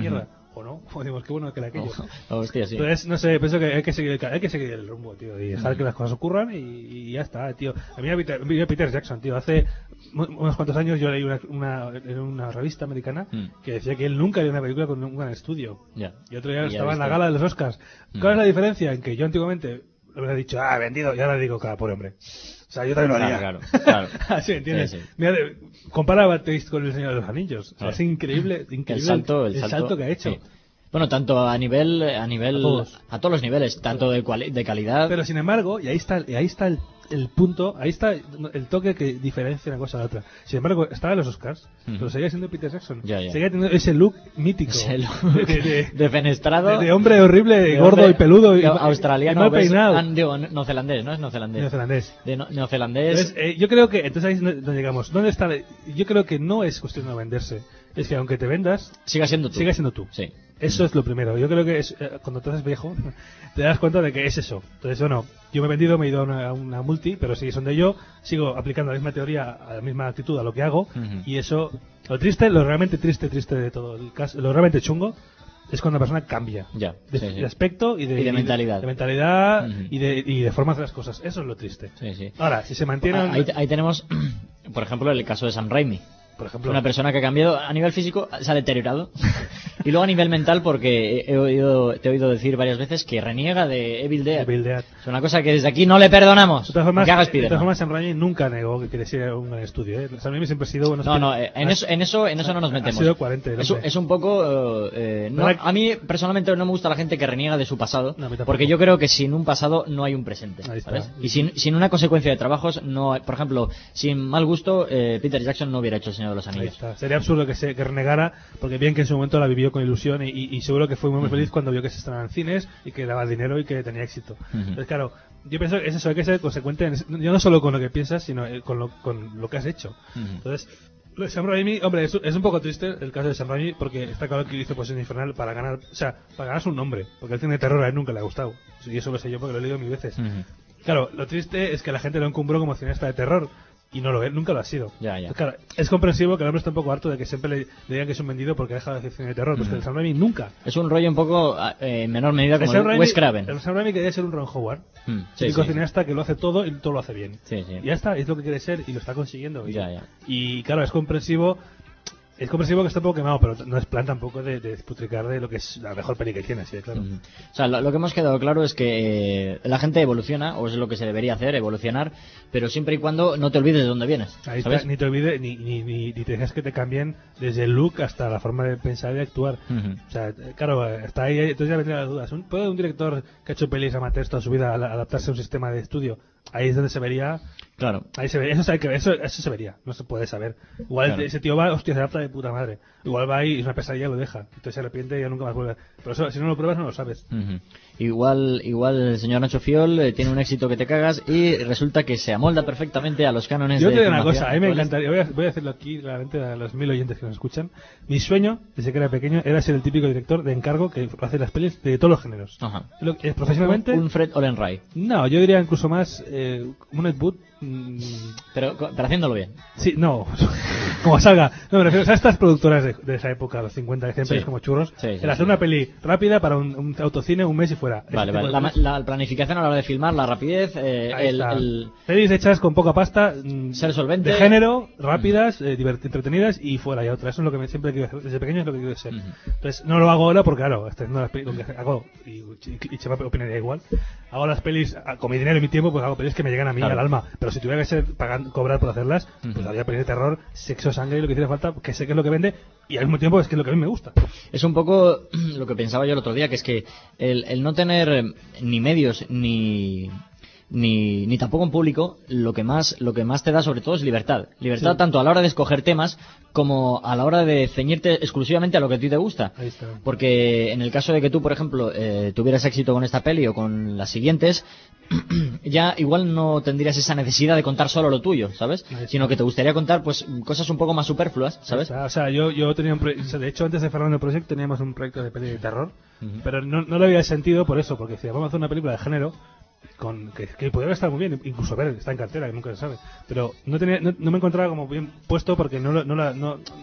Speaker 3: o no, o decimos qué bueno que era aquello.
Speaker 2: Oh, hostia, sí.
Speaker 3: Entonces, no sé, pienso que hay que seguir el, hay que seguir el rumbo, tío, y dejar que las cosas ocurran y, y ya está, tío. A mí me Peter, me Peter Jackson, tío, hace unos cuantos años yo leí una, una, en una revista americana
Speaker 2: Mm.
Speaker 3: que decía que él nunca haría una película con un gran estudio.
Speaker 2: Ya.
Speaker 3: Y otro día
Speaker 2: Y ya
Speaker 3: estaba en la
Speaker 2: viste.
Speaker 3: gala de los Oscars.
Speaker 2: Mm.
Speaker 3: ¿Cuál es la diferencia? En que yo antiguamente le hubiera dicho, ah, vendido, y ahora le digo, cada pobre hombre. O sea, yo también lo haría.
Speaker 2: Claro, claro, claro.
Speaker 3: Así, ¿entiendes?
Speaker 2: Sí, sí.
Speaker 3: Mira, de- compara a Batiste con El Señor de los Anillos. O sea,
Speaker 2: Claro.
Speaker 3: es increíble, increíble
Speaker 2: El salto, el salto,
Speaker 3: que ha hecho.
Speaker 2: sí. Bueno, tanto a nivel, a nivel,
Speaker 3: A todos.
Speaker 2: a todos los niveles, tanto de, cuali- de calidad.
Speaker 3: Pero sin embargo, y ahí está, y ahí está el, el punto, ahí está el toque que diferencia una cosa de la otra. Sin embargo, estaba en los Oscars,
Speaker 2: Ujú.
Speaker 3: pero seguía siendo Peter Jackson.
Speaker 2: Ya, ya.
Speaker 3: Seguía teniendo ese look mítico.
Speaker 2: Ese look
Speaker 3: de, de- de-
Speaker 2: defenestrado.
Speaker 3: de- de hombre horrible,
Speaker 2: de
Speaker 3: gordo
Speaker 2: hombre
Speaker 3: y peludo y,
Speaker 2: australiano,
Speaker 3: y mal
Speaker 2: ves-
Speaker 3: peinado.
Speaker 2: ah, digo, neozelandés, ¿no? Es neozelandés.
Speaker 3: Neozelandés.
Speaker 2: De no- neozelandés.
Speaker 3: Entonces, eh, yo creo que, entonces ahí es donde llegamos. ¿Dónde está? la- Yo creo que no es cuestión de venderse. Es que aunque te vendas,
Speaker 2: Siga siendo tú.
Speaker 3: siga siendo tú.
Speaker 2: Sí.
Speaker 3: Eso es lo primero. Yo creo que es, eh, cuando te haces viejo, te das cuenta de que es eso. Entonces, bueno, yo me he vendido, me he ido a una, a una multi, pero sigue son de yo, sigo aplicando la misma teoría, a la misma actitud a lo que hago,
Speaker 2: Ujú.
Speaker 3: y eso, lo triste, lo realmente triste, triste de todo el caso, lo realmente chungo, es cuando la persona cambia.
Speaker 2: Ya.
Speaker 3: De,
Speaker 2: sí, sí.
Speaker 3: de aspecto y de,
Speaker 2: Y de mentalidad.
Speaker 3: De, mentalidad
Speaker 2: Ujú.
Speaker 3: y, de, y de forma de hacer las cosas. Eso es lo triste.
Speaker 2: Sí, sí.
Speaker 3: Ahora, si se mantiene...
Speaker 2: Ah, Ahí, ahí tenemos, por ejemplo, el caso de Sam Raimi.
Speaker 3: por ejemplo,
Speaker 2: Una persona que ha cambiado a nivel físico, se ha deteriorado. Y luego a nivel mental, porque he oído, te he oído decir varias veces que reniega de Evil Dead.
Speaker 3: Evil Dead.
Speaker 2: Es una cosa que desde aquí no le perdonamos.
Speaker 3: De todas formas,
Speaker 2: que haga
Speaker 3: de todas
Speaker 2: Spiderman.
Speaker 3: formas, Sam Raimi nunca negó que quiere ser un gran estudio. ¿eh? Sam Raimi siempre ha sido bueno.
Speaker 2: No, no, eh, en eso, en eso, en eso no nos
Speaker 3: Ha
Speaker 2: metemos.
Speaker 3: sido coherente el
Speaker 2: Es, un-
Speaker 3: hombre.
Speaker 2: es un poco, eh, eh, no-
Speaker 3: ¿Verdad que-
Speaker 2: a mí personalmente no me gusta la gente que reniega de su pasado,
Speaker 3: No, a mí tampoco.
Speaker 2: porque yo creo que sin un pasado no hay un presente,
Speaker 3: Ahí está.
Speaker 2: ¿sabes? Y sin, sin una consecuencia de trabajos no, hay- por ejemplo, sin mal gusto, eh, Peter Jackson no hubiera hecho El Señor de los
Speaker 3: Ahí
Speaker 2: Anillos.
Speaker 3: está. Sería absurdo que se que renegara, porque bien que en su momento la vivió con ilusión y, y- y seguro que fue muy feliz cuando vio que se estrenaban en cines y que daba dinero y que tenía éxito.
Speaker 2: Ujú.
Speaker 3: Entonces, claro, yo pienso que es eso, hay que ser consecuente, en ese- yo no solo con lo que piensas, sino eh, con lo, con lo que has hecho.
Speaker 2: Ujú.
Speaker 3: Entonces, lo de Sam Raimi, hombre, es, es un poco triste el caso de Sam Raimi porque está claro que hizo Posesión Infernal para ganar, o sea, para ganarse un nombre, porque el cine de terror a él nunca le ha gustado. Y eso lo sé yo porque lo he leído mil veces.
Speaker 2: Ujú.
Speaker 3: Claro, lo triste es que la gente lo encumbró como cineasta de terror y no lo es, nunca lo ha sido.
Speaker 2: Ya, ya.
Speaker 3: Entonces, claro, es comprensivo que el hombre está un poco harto de que siempre le, le digan que es un vendido porque ha dejado de hacer cine de terror, pues que el Sam Raimi nunca.
Speaker 2: Es un rollo un poco, eh, en menor medida,
Speaker 3: El
Speaker 2: como
Speaker 3: Sam
Speaker 2: el
Speaker 3: Raimi-
Speaker 2: Wes Craven.
Speaker 3: el Sam Raimi quería ser un Ron Howard,
Speaker 2: Mm, sí,
Speaker 3: típico
Speaker 2: sí.
Speaker 3: cineasta que lo hace todo y todo lo hace bien.
Speaker 2: Sí, sí.
Speaker 3: Y ya está, es lo que quiere ser y lo está consiguiendo. Y,
Speaker 2: Ya, ya.
Speaker 3: y claro, es comprensivo. Es comprensivo que esté un poco quemado, pero no es plan tampoco de, de desputricar de lo que es la mejor peli que tiene, sí, claro.
Speaker 2: Ujú. O sea, lo, lo que hemos quedado claro es que eh, la gente evoluciona, o es lo que se debería hacer, evolucionar, pero siempre y cuando no te olvides de dónde vienes.
Speaker 3: Ahí
Speaker 2: ¿sabes?
Speaker 3: está, ni te olvides, ni, ni, ni, ni te dejes que te cambien desde el look hasta la forma de pensar y de actuar.
Speaker 2: Ujú.
Speaker 3: O sea, eh, claro, eh, está ahí, entonces ya vendrían las dudas. ¿Un- ¿Puede un director que ha hecho pelis amateurs toda su vida al- adaptarse a un sistema de estudio? Ahí es donde se vería,
Speaker 2: Claro.
Speaker 3: ahí se vería, eso, se hay que- eso, eso se vería, no se puede saber. Igual
Speaker 2: Claro.
Speaker 3: ese tío va, hostia, se adapta de puta madre. Igual va ahí y es una pesadilla y lo deja. Entonces se arrepiente y ya nunca más vuelve. Pero eso, si no lo pruebas no lo sabes.
Speaker 2: Ujú. Igual, igual el señor Nacho Fiol eh, tiene un éxito que te cagas y resulta que se amolda perfectamente a los cánones
Speaker 3: Yo
Speaker 2: de
Speaker 3: te digo una
Speaker 2: filmación
Speaker 3: cosa, a mí me
Speaker 2: actuales.
Speaker 3: encantaría, voy a, voy a decirlo aquí claramente a los mil oyentes que nos escuchan. Mi sueño, desde que era pequeño, era ser el típico director de encargo que hace las pelis de todos los géneros.
Speaker 2: Ajá.
Speaker 3: Lo que- eh, profesionalmente,
Speaker 2: Un, un Fred Olenray,
Speaker 3: no, yo diría incluso más eh, un Ed Wood. mm,
Speaker 2: pero, pero haciéndolo bien.
Speaker 3: sí, no, como salga. No, me refiero a estas productoras de, de esa época, los cincuenta, que hacían
Speaker 2: Sí.
Speaker 3: pelis como churros.
Speaker 2: Sí, sí,
Speaker 3: el hacer
Speaker 2: sí.
Speaker 3: una peli rápida para un, un autocine un mes y fuera. Ese
Speaker 2: Vale,
Speaker 3: tipo
Speaker 2: vale.
Speaker 3: de
Speaker 2: La,
Speaker 3: pelis.
Speaker 2: la planificación a la hora de filmar, la rapidez, eh,
Speaker 3: Ahí
Speaker 2: el,
Speaker 3: está.
Speaker 2: el-
Speaker 3: Pelis hechas con poca pasta, mm,
Speaker 2: Ser solvente.
Speaker 3: de género, rápidas, eh, divert- entretenidas y fuera y otra. Eso es lo que me, siempre quiero hacer. Desde pequeño es lo que quiero ser.
Speaker 2: Ujú.
Speaker 3: Entonces, no lo hago ahora porque, claro, este, no las pelis, lo que hago, y, y, y Chema opinaría igual. Hago las pelis ah, con mi dinero y mi tiempo, pues hago pelis que me llegan a mí
Speaker 2: Claro.
Speaker 3: al alma. Pero si tuviera que ser pagar, cobrar por hacerlas, pues
Speaker 2: Ujú.
Speaker 3: haría pelis de terror, sexo, sangre y lo que hiciera falta, que sé que es lo que vende y al mismo tiempo es que es lo que a mí me gusta.
Speaker 2: Es un poco lo que pensaba yo el otro día, que es que el, el no tener eh, ni medios ni, ni ni tampoco un público, lo que más lo que más te da sobre todo es libertad. Libertad
Speaker 3: Sí.
Speaker 2: tanto a la hora de escoger temas como a la hora de ceñirte exclusivamente a lo que a ti te gusta.
Speaker 3: Ahí está.
Speaker 2: Porque en el caso de que tú, por ejemplo, eh, tuvieras éxito con esta peli o con las siguientes, ya igual no tendrías esa necesidad de contar solo lo tuyo, ¿sabes?
Speaker 3: Ahí está.
Speaker 2: Sino que te gustaría contar pues cosas un poco más superfluas, ¿sabes?
Speaker 3: O sea, o sea, yo, yo tenía un proyecto, de hecho antes de Fernando Project teníamos un proyecto de peli de terror,
Speaker 2: Ujú.
Speaker 3: pero no, no le había sentido por eso, porque decía, vamos a hacer una película de género con que, que podría estar muy bien, incluso ver, está en cartera, que nunca se sabe, pero no tenía, no, no me encontraba como bien puesto porque no, lo- no la, no,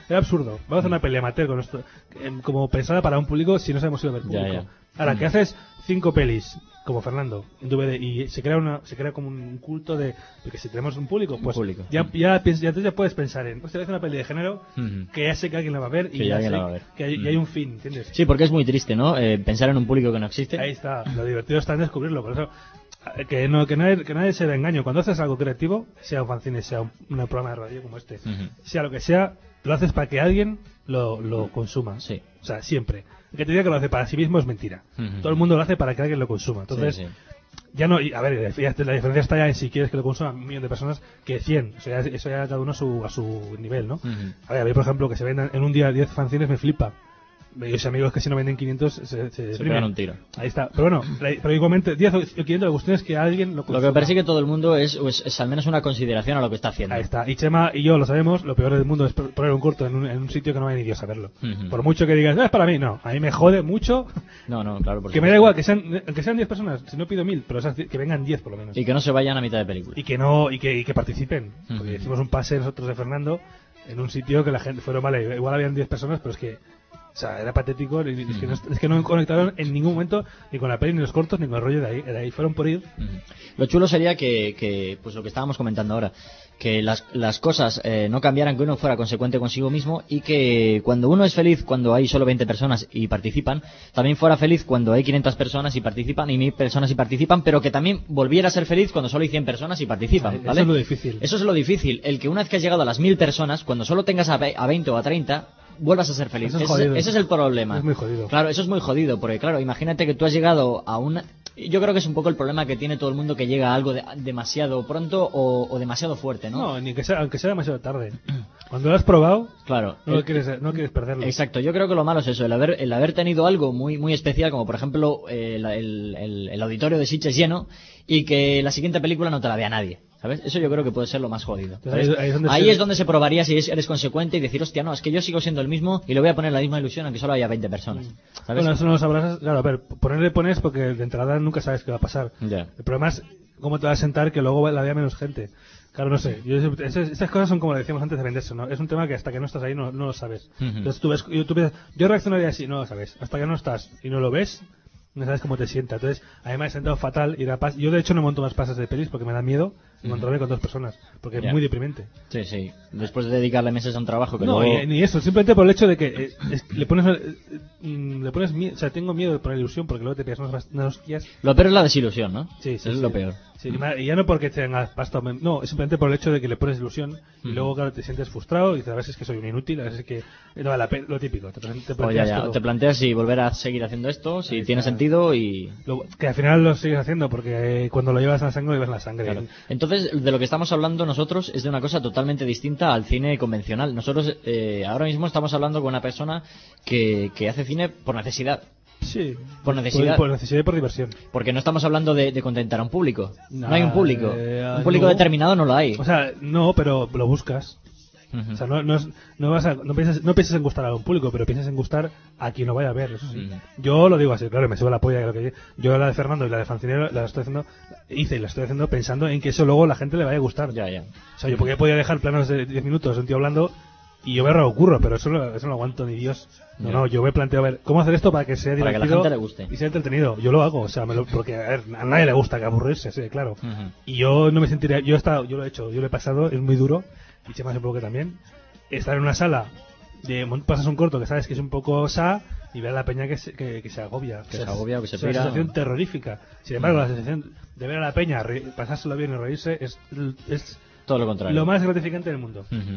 Speaker 3: era absurdo. Vamos a hacer una pelea amateur con esto, em, como pensada para un público si no sabemos si lo ve el público.
Speaker 2: Ya, ya.
Speaker 3: Ahora,
Speaker 2: Mm.
Speaker 3: que haces cinco pelis, como Fernando, en D V D, y se crea una se crea como un culto de, de que si tenemos un público, pues
Speaker 2: público.
Speaker 3: ya ya, piens- ya, entonces ya puedes pensar en, pues, si haces una peli de género,
Speaker 2: Ujú.
Speaker 3: que ya sé que alguien la va a ver y
Speaker 2: Que ya
Speaker 3: ya
Speaker 2: alguien
Speaker 3: sé
Speaker 2: la va a ver.
Speaker 3: que hay, y
Speaker 2: Mm.
Speaker 3: hay un fin, ¿entiendes?
Speaker 2: Sí, porque es muy triste, ¿no? Eh, pensar en un público que no existe.
Speaker 3: Ahí está, lo divertido está en descubrirlo, por eso eh, que no que nadie, que nadie se dé engaño. Cuando haces algo creativo, sea un fanzine, sea un, un programa de radio como este,
Speaker 2: Ujú.
Speaker 3: sea lo que sea, lo haces para que alguien lo, lo consuma.
Speaker 2: Sí.
Speaker 3: O sea, siempre. El que te diga que lo hace para sí mismo es mentira.
Speaker 2: Ujú.
Speaker 3: Todo el mundo lo hace para que alguien lo consuma. Entonces,
Speaker 2: Sí, sí.
Speaker 3: ya no, y, a ver, ya la diferencia está ya en si quieres que lo consuma un millón de personas que cien. Eso ya, eso ya cada uno a su, a su nivel, ¿no?
Speaker 2: Ujú.
Speaker 3: A ver, a mí, por ejemplo, que se vendan en un día diez fanzines me flipa. Mis amigos que si no venden quinientos se, se,
Speaker 2: Se
Speaker 3: deprimen.
Speaker 2: pegan un tiro.
Speaker 3: Ahí está. Pero bueno, la- pero igualmente diez o quinientos, la cuestión es que alguien lo
Speaker 2: Lo
Speaker 3: consuma.
Speaker 2: que persigue todo el mundo es, es, es al menos una consideración a lo que está haciendo.
Speaker 3: Ahí está. Y Chema y yo lo sabemos, lo peor del mundo es poner un corto en un, en un sitio que no va ni Dios a verlo.
Speaker 2: Ujú.
Speaker 3: Por mucho que digas, no, es para mí, no. A mí me jode mucho.
Speaker 2: No, no, claro. por
Speaker 3: Que me
Speaker 2: supuesto.
Speaker 3: da igual, que sean, que sean diez personas. Si no pido mil, pero esas- que vengan diez por lo menos.
Speaker 2: Y que no se vayan a mitad de película.
Speaker 3: Y que no, y que, y que participen.
Speaker 2: Ujú.
Speaker 3: Porque hicimos un pase nosotros de Fernando en un sitio que la gente fueron, vale, igual habían diez personas, pero es que, o sea, era patético. y Es que, no, es que no conectaron en ningún momento ni con la peli, ni los cortos, ni con el rollo de ahí. De ahí fueron por ir.
Speaker 2: Ujú. Lo chulo sería que, que, pues lo que estábamos comentando ahora, que las, las cosas eh, no cambiaran, que uno fuera consecuente consigo mismo y que cuando uno es feliz cuando hay solo veinte personas y participan, también fuera feliz cuando hay quinientas personas y participan y mil personas y participan, pero que también volviera a ser feliz cuando solo hay cien personas y participan,
Speaker 3: Eso
Speaker 2: ¿vale?
Speaker 3: es lo difícil.
Speaker 2: Eso es lo difícil, el que una vez que has llegado a las mil personas, cuando solo tengas a ve- a veinte o a treinta, vuelvas a ser feliz.
Speaker 3: Eso es
Speaker 2: ese,
Speaker 3: jodido.
Speaker 2: ese es el problema.
Speaker 3: Es muy jodido.
Speaker 2: Claro, eso es muy jodido, porque claro, imagínate que tú has llegado a una... Yo creo que es un poco el problema que tiene todo el mundo que llega a algo de- demasiado pronto o, o demasiado fuerte, ¿no?
Speaker 3: No, ni que sea, aunque sea demasiado tarde. Cuando lo has probado,
Speaker 2: Claro.
Speaker 3: no, lo
Speaker 2: El-
Speaker 3: quieres, no quieres perderlo.
Speaker 2: Exacto, yo creo que lo malo es eso, el haber, el haber tenido algo muy muy especial, como por ejemplo eh, el, el- el- el auditorio de Sitges lleno, y que la siguiente película no te la vea nadie, ¿sabes? Eso yo creo que puede ser lo más jodido.
Speaker 3: Entonces,
Speaker 2: ¿sabes?
Speaker 3: ahí- ahí es donde
Speaker 2: Ahí
Speaker 3: se-
Speaker 2: es donde se probaría si es- eres consecuente y decir, hostia, no, es que yo sigo siendo el mismo y le voy a poner la misma ilusión aunque solo haya veinte personas, ¿sabes?
Speaker 3: Bueno, eso no lo sabrás. Claro, a ver, ponerle pones porque de entrada nunca sabes qué va a pasar.
Speaker 2: Ya.
Speaker 3: El problema es cómo te va a sentar que luego la vea menos gente. Claro, no sé. Yo, esas, esas cosas son como le decíamos antes de venderse, ¿no? Es un tema que hasta que no estás ahí no, no lo sabes.
Speaker 2: Ujú.
Speaker 3: Entonces tú ves, yo, tú ves- yo reaccionaría así, no lo sabes. Hasta que no estás y no lo ves, no sabes cómo te sienta. Entonces, a mí me ha sentado fatal ir a pas. Yo de hecho no monto más pasas de pelis porque me da miedo encontrarme con dos personas. Porque
Speaker 2: Ya.
Speaker 3: es muy deprimente.
Speaker 2: Sí, sí. Después de dedicarle meses a un trabajo que
Speaker 3: No,
Speaker 2: luego...
Speaker 3: y- ni eso, simplemente por el hecho de que eh, es- le pones eh, mm, le pones miedo, o sea, tengo miedo de poner ilusión porque luego te pegas unas, bast- unas hostias.
Speaker 2: Lo peor es la desilusión, ¿no?
Speaker 3: Sí, sí,
Speaker 2: es
Speaker 3: sí.
Speaker 2: lo peor.
Speaker 3: Sí, y ma- y ya no porque tengas pasta, o men- no, es simplemente por el hecho de que le pones ilusión y
Speaker 2: Ujú.
Speaker 3: luego, claro, te sientes frustrado y dices, a veces es que soy un inútil, a veces es que no vale la pena, lo típico, te, te
Speaker 2: O ya,
Speaker 3: planteas
Speaker 2: ya,
Speaker 3: todo.
Speaker 2: te planteas si volver a seguir haciendo esto, si
Speaker 3: Ahí
Speaker 2: tiene
Speaker 3: está.
Speaker 2: sentido y...
Speaker 3: Lo- que al final lo sigues haciendo porque eh, cuando lo llevas en la sangre, lo llevas en la sangre.
Speaker 2: Claro. Entonces, de lo que estamos hablando nosotros es de una cosa totalmente distinta al cine convencional. Nosotros eh, ahora mismo estamos hablando con una persona que, que hace cine por necesidad.
Speaker 3: Sí.
Speaker 2: Por necesidad.
Speaker 3: Por, por necesidad y por diversión.
Speaker 2: Porque no estamos hablando de, de contentar a un público. No,
Speaker 3: No,
Speaker 2: hay un público.
Speaker 3: eh,
Speaker 2: un público
Speaker 3: no.
Speaker 2: determinado no lo hay.
Speaker 3: O sea, no, pero lo buscas.
Speaker 2: Ujú.
Speaker 3: O sea, no, no, es- no, vas a, no, piensas, no piensas en gustar a un público, pero piensas en gustar a quien lo vaya a ver, eso sí.
Speaker 2: Mm.
Speaker 3: Yo lo digo así, claro, me sube la polla. Lo que, yo la de Fernando y la de Fancinero la estoy haciendo, hice y la estoy haciendo pensando en que eso luego a la gente le vaya a gustar.
Speaker 2: Ya, ya.
Speaker 3: O sea, yo porque podía dejar planos de diez minutos de un tío hablando y yo me ocurro, pero eso, no- eso no lo aguanto ni Dios. No,
Speaker 2: Ya.
Speaker 3: no, yo me planteo a ver cómo hacer esto para que sea
Speaker 2: Para que
Speaker 3: divertido
Speaker 2: la gente le guste.
Speaker 3: y sea entretenido. Yo lo hago, o sea, me lo- porque a, ver, a nadie le gusta que aburrirse, sí, claro.
Speaker 2: Ujú.
Speaker 3: Y yo no me sentiría, yo he estado, yo lo he hecho, yo lo he pasado, es muy duro, y Chema supongo que también, estar en una sala, de mon- pasas un corto que sabes que es un poco sa, y ver a la peña que se, que, que se agobia.
Speaker 2: Que se agobia o que se
Speaker 3: es una
Speaker 2: pira.
Speaker 3: sensación terrorífica. Sin embargo, la sensación de ver a la peña re- pasárselo bien y reírse es, es
Speaker 2: Todo lo contrario.
Speaker 3: lo más gratificante del mundo.
Speaker 2: Ujú.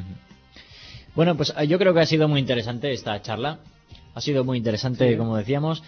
Speaker 2: Bueno, pues eh, yo creo que ha sido muy interesante esta charla. Ha sido muy interesante,
Speaker 3: Sí.
Speaker 2: como decíamos.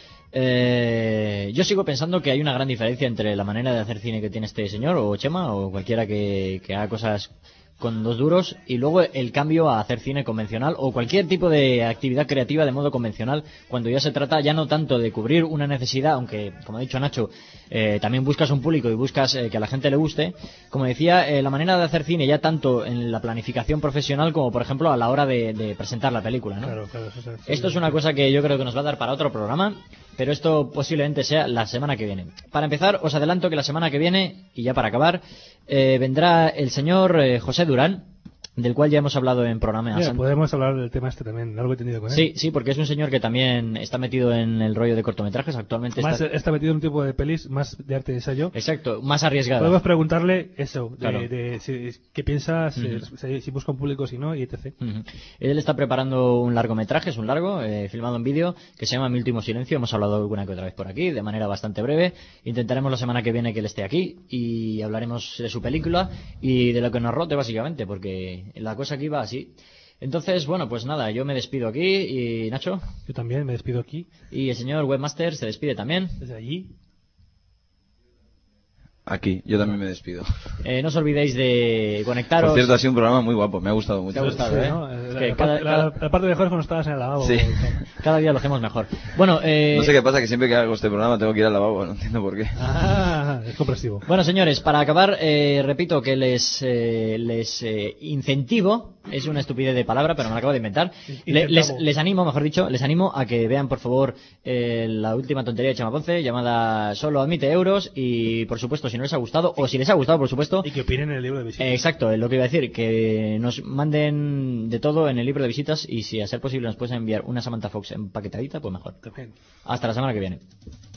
Speaker 2: Eh, yo sigo pensando que hay una gran diferencia entre la manera de hacer cine que tiene este señor, o Chema, o cualquiera que, que haga cosas con dos duros, y luego el cambio a hacer cine convencional o cualquier tipo de actividad creativa de modo convencional, cuando ya se trata ya no tanto de cubrir una necesidad, aunque, como ha dicho Nacho, eh, también buscas un público y buscas eh, que a la gente le guste. Como decía, eh, la manera de hacer cine ya tanto en la planificación profesional como, por ejemplo, a la hora de, de presentar la película, ¿no?
Speaker 3: Claro, claro, eso es-
Speaker 2: Esto es una cosa que yo creo que nos va a dar para otro programa, pero esto posiblemente sea la semana que viene. Para empezar, os adelanto que la semana que viene, y ya para acabar, eh, vendrá el señor eh, José Durán, del cual ya hemos hablado en programa.
Speaker 3: Mira, podemos hablar del tema este también, largo y tendido con él.
Speaker 2: Sí, sí, porque es un señor que también está metido en el rollo de cortometrajes. Actualmente
Speaker 3: Más
Speaker 2: está...
Speaker 3: está metido en un tipo de pelis más de arte de ensayo.
Speaker 2: Exacto, más arriesgado.
Speaker 3: Podemos preguntarle eso, de,
Speaker 2: Claro.
Speaker 3: de si, qué piensa, si,
Speaker 2: Uh-huh.
Speaker 3: si, si busca un público, si no, y etcétera.
Speaker 2: Uh-huh. Él está preparando un largometraje, es un largo, eh, filmado en vídeo, que se llama Mi Último Silencio. Hemos hablado alguna que otra vez por aquí, de manera bastante breve. Intentaremos la semana que viene que él esté aquí y hablaremos de su película y de lo que nos rote, básicamente, porque la cosa aquí va así. Entonces, bueno, pues nada, yo me despido aquí y Nacho.
Speaker 3: Yo también me despido aquí.
Speaker 2: Y el señor Webmaster se despide también.
Speaker 3: Desde allí.
Speaker 4: Aquí, yo también me despido.
Speaker 2: Eh, no os olvidéis de conectaros.
Speaker 4: Por cierto, ha sido un programa muy guapo, me ha gustado mucho.
Speaker 2: Te ha gustado,
Speaker 3: Sí,
Speaker 2: ¿eh?
Speaker 3: ¿no?
Speaker 2: Es
Speaker 3: La,
Speaker 2: que
Speaker 3: la
Speaker 2: cada,
Speaker 3: parte- la-
Speaker 2: cada-
Speaker 3: la parte mejor es cuando estabas en el lavabo.
Speaker 4: Sí.
Speaker 2: cada día lo hacemos mejor. Bueno, eh...
Speaker 4: No sé qué pasa, que siempre que hago este programa tengo que ir al lavabo, no entiendo por qué.
Speaker 3: Ah, es comprensivo.
Speaker 2: Bueno, señores, para acabar, eh, repito que les, eh, les eh, incentivo, es una estupidez de palabra, pero me la acabo de inventar. Le- les,
Speaker 3: Intentamos.
Speaker 2: les animo, mejor dicho, les animo a que vean, por favor, eh, la última tontería de Chema Ponce, llamada Solo admite euros, y por supuesto, si no les ha gustado, o si les ha gustado, por supuesto,
Speaker 3: Y que opinen en el libro de visitas.
Speaker 2: eh, exacto, es lo que iba a decir, que nos manden de todo en el libro de visitas, y si a ser posible nos pueden enviar una Samantha Fox empaquetadita, pues mejor.
Speaker 3: También.
Speaker 2: Hasta la semana que viene.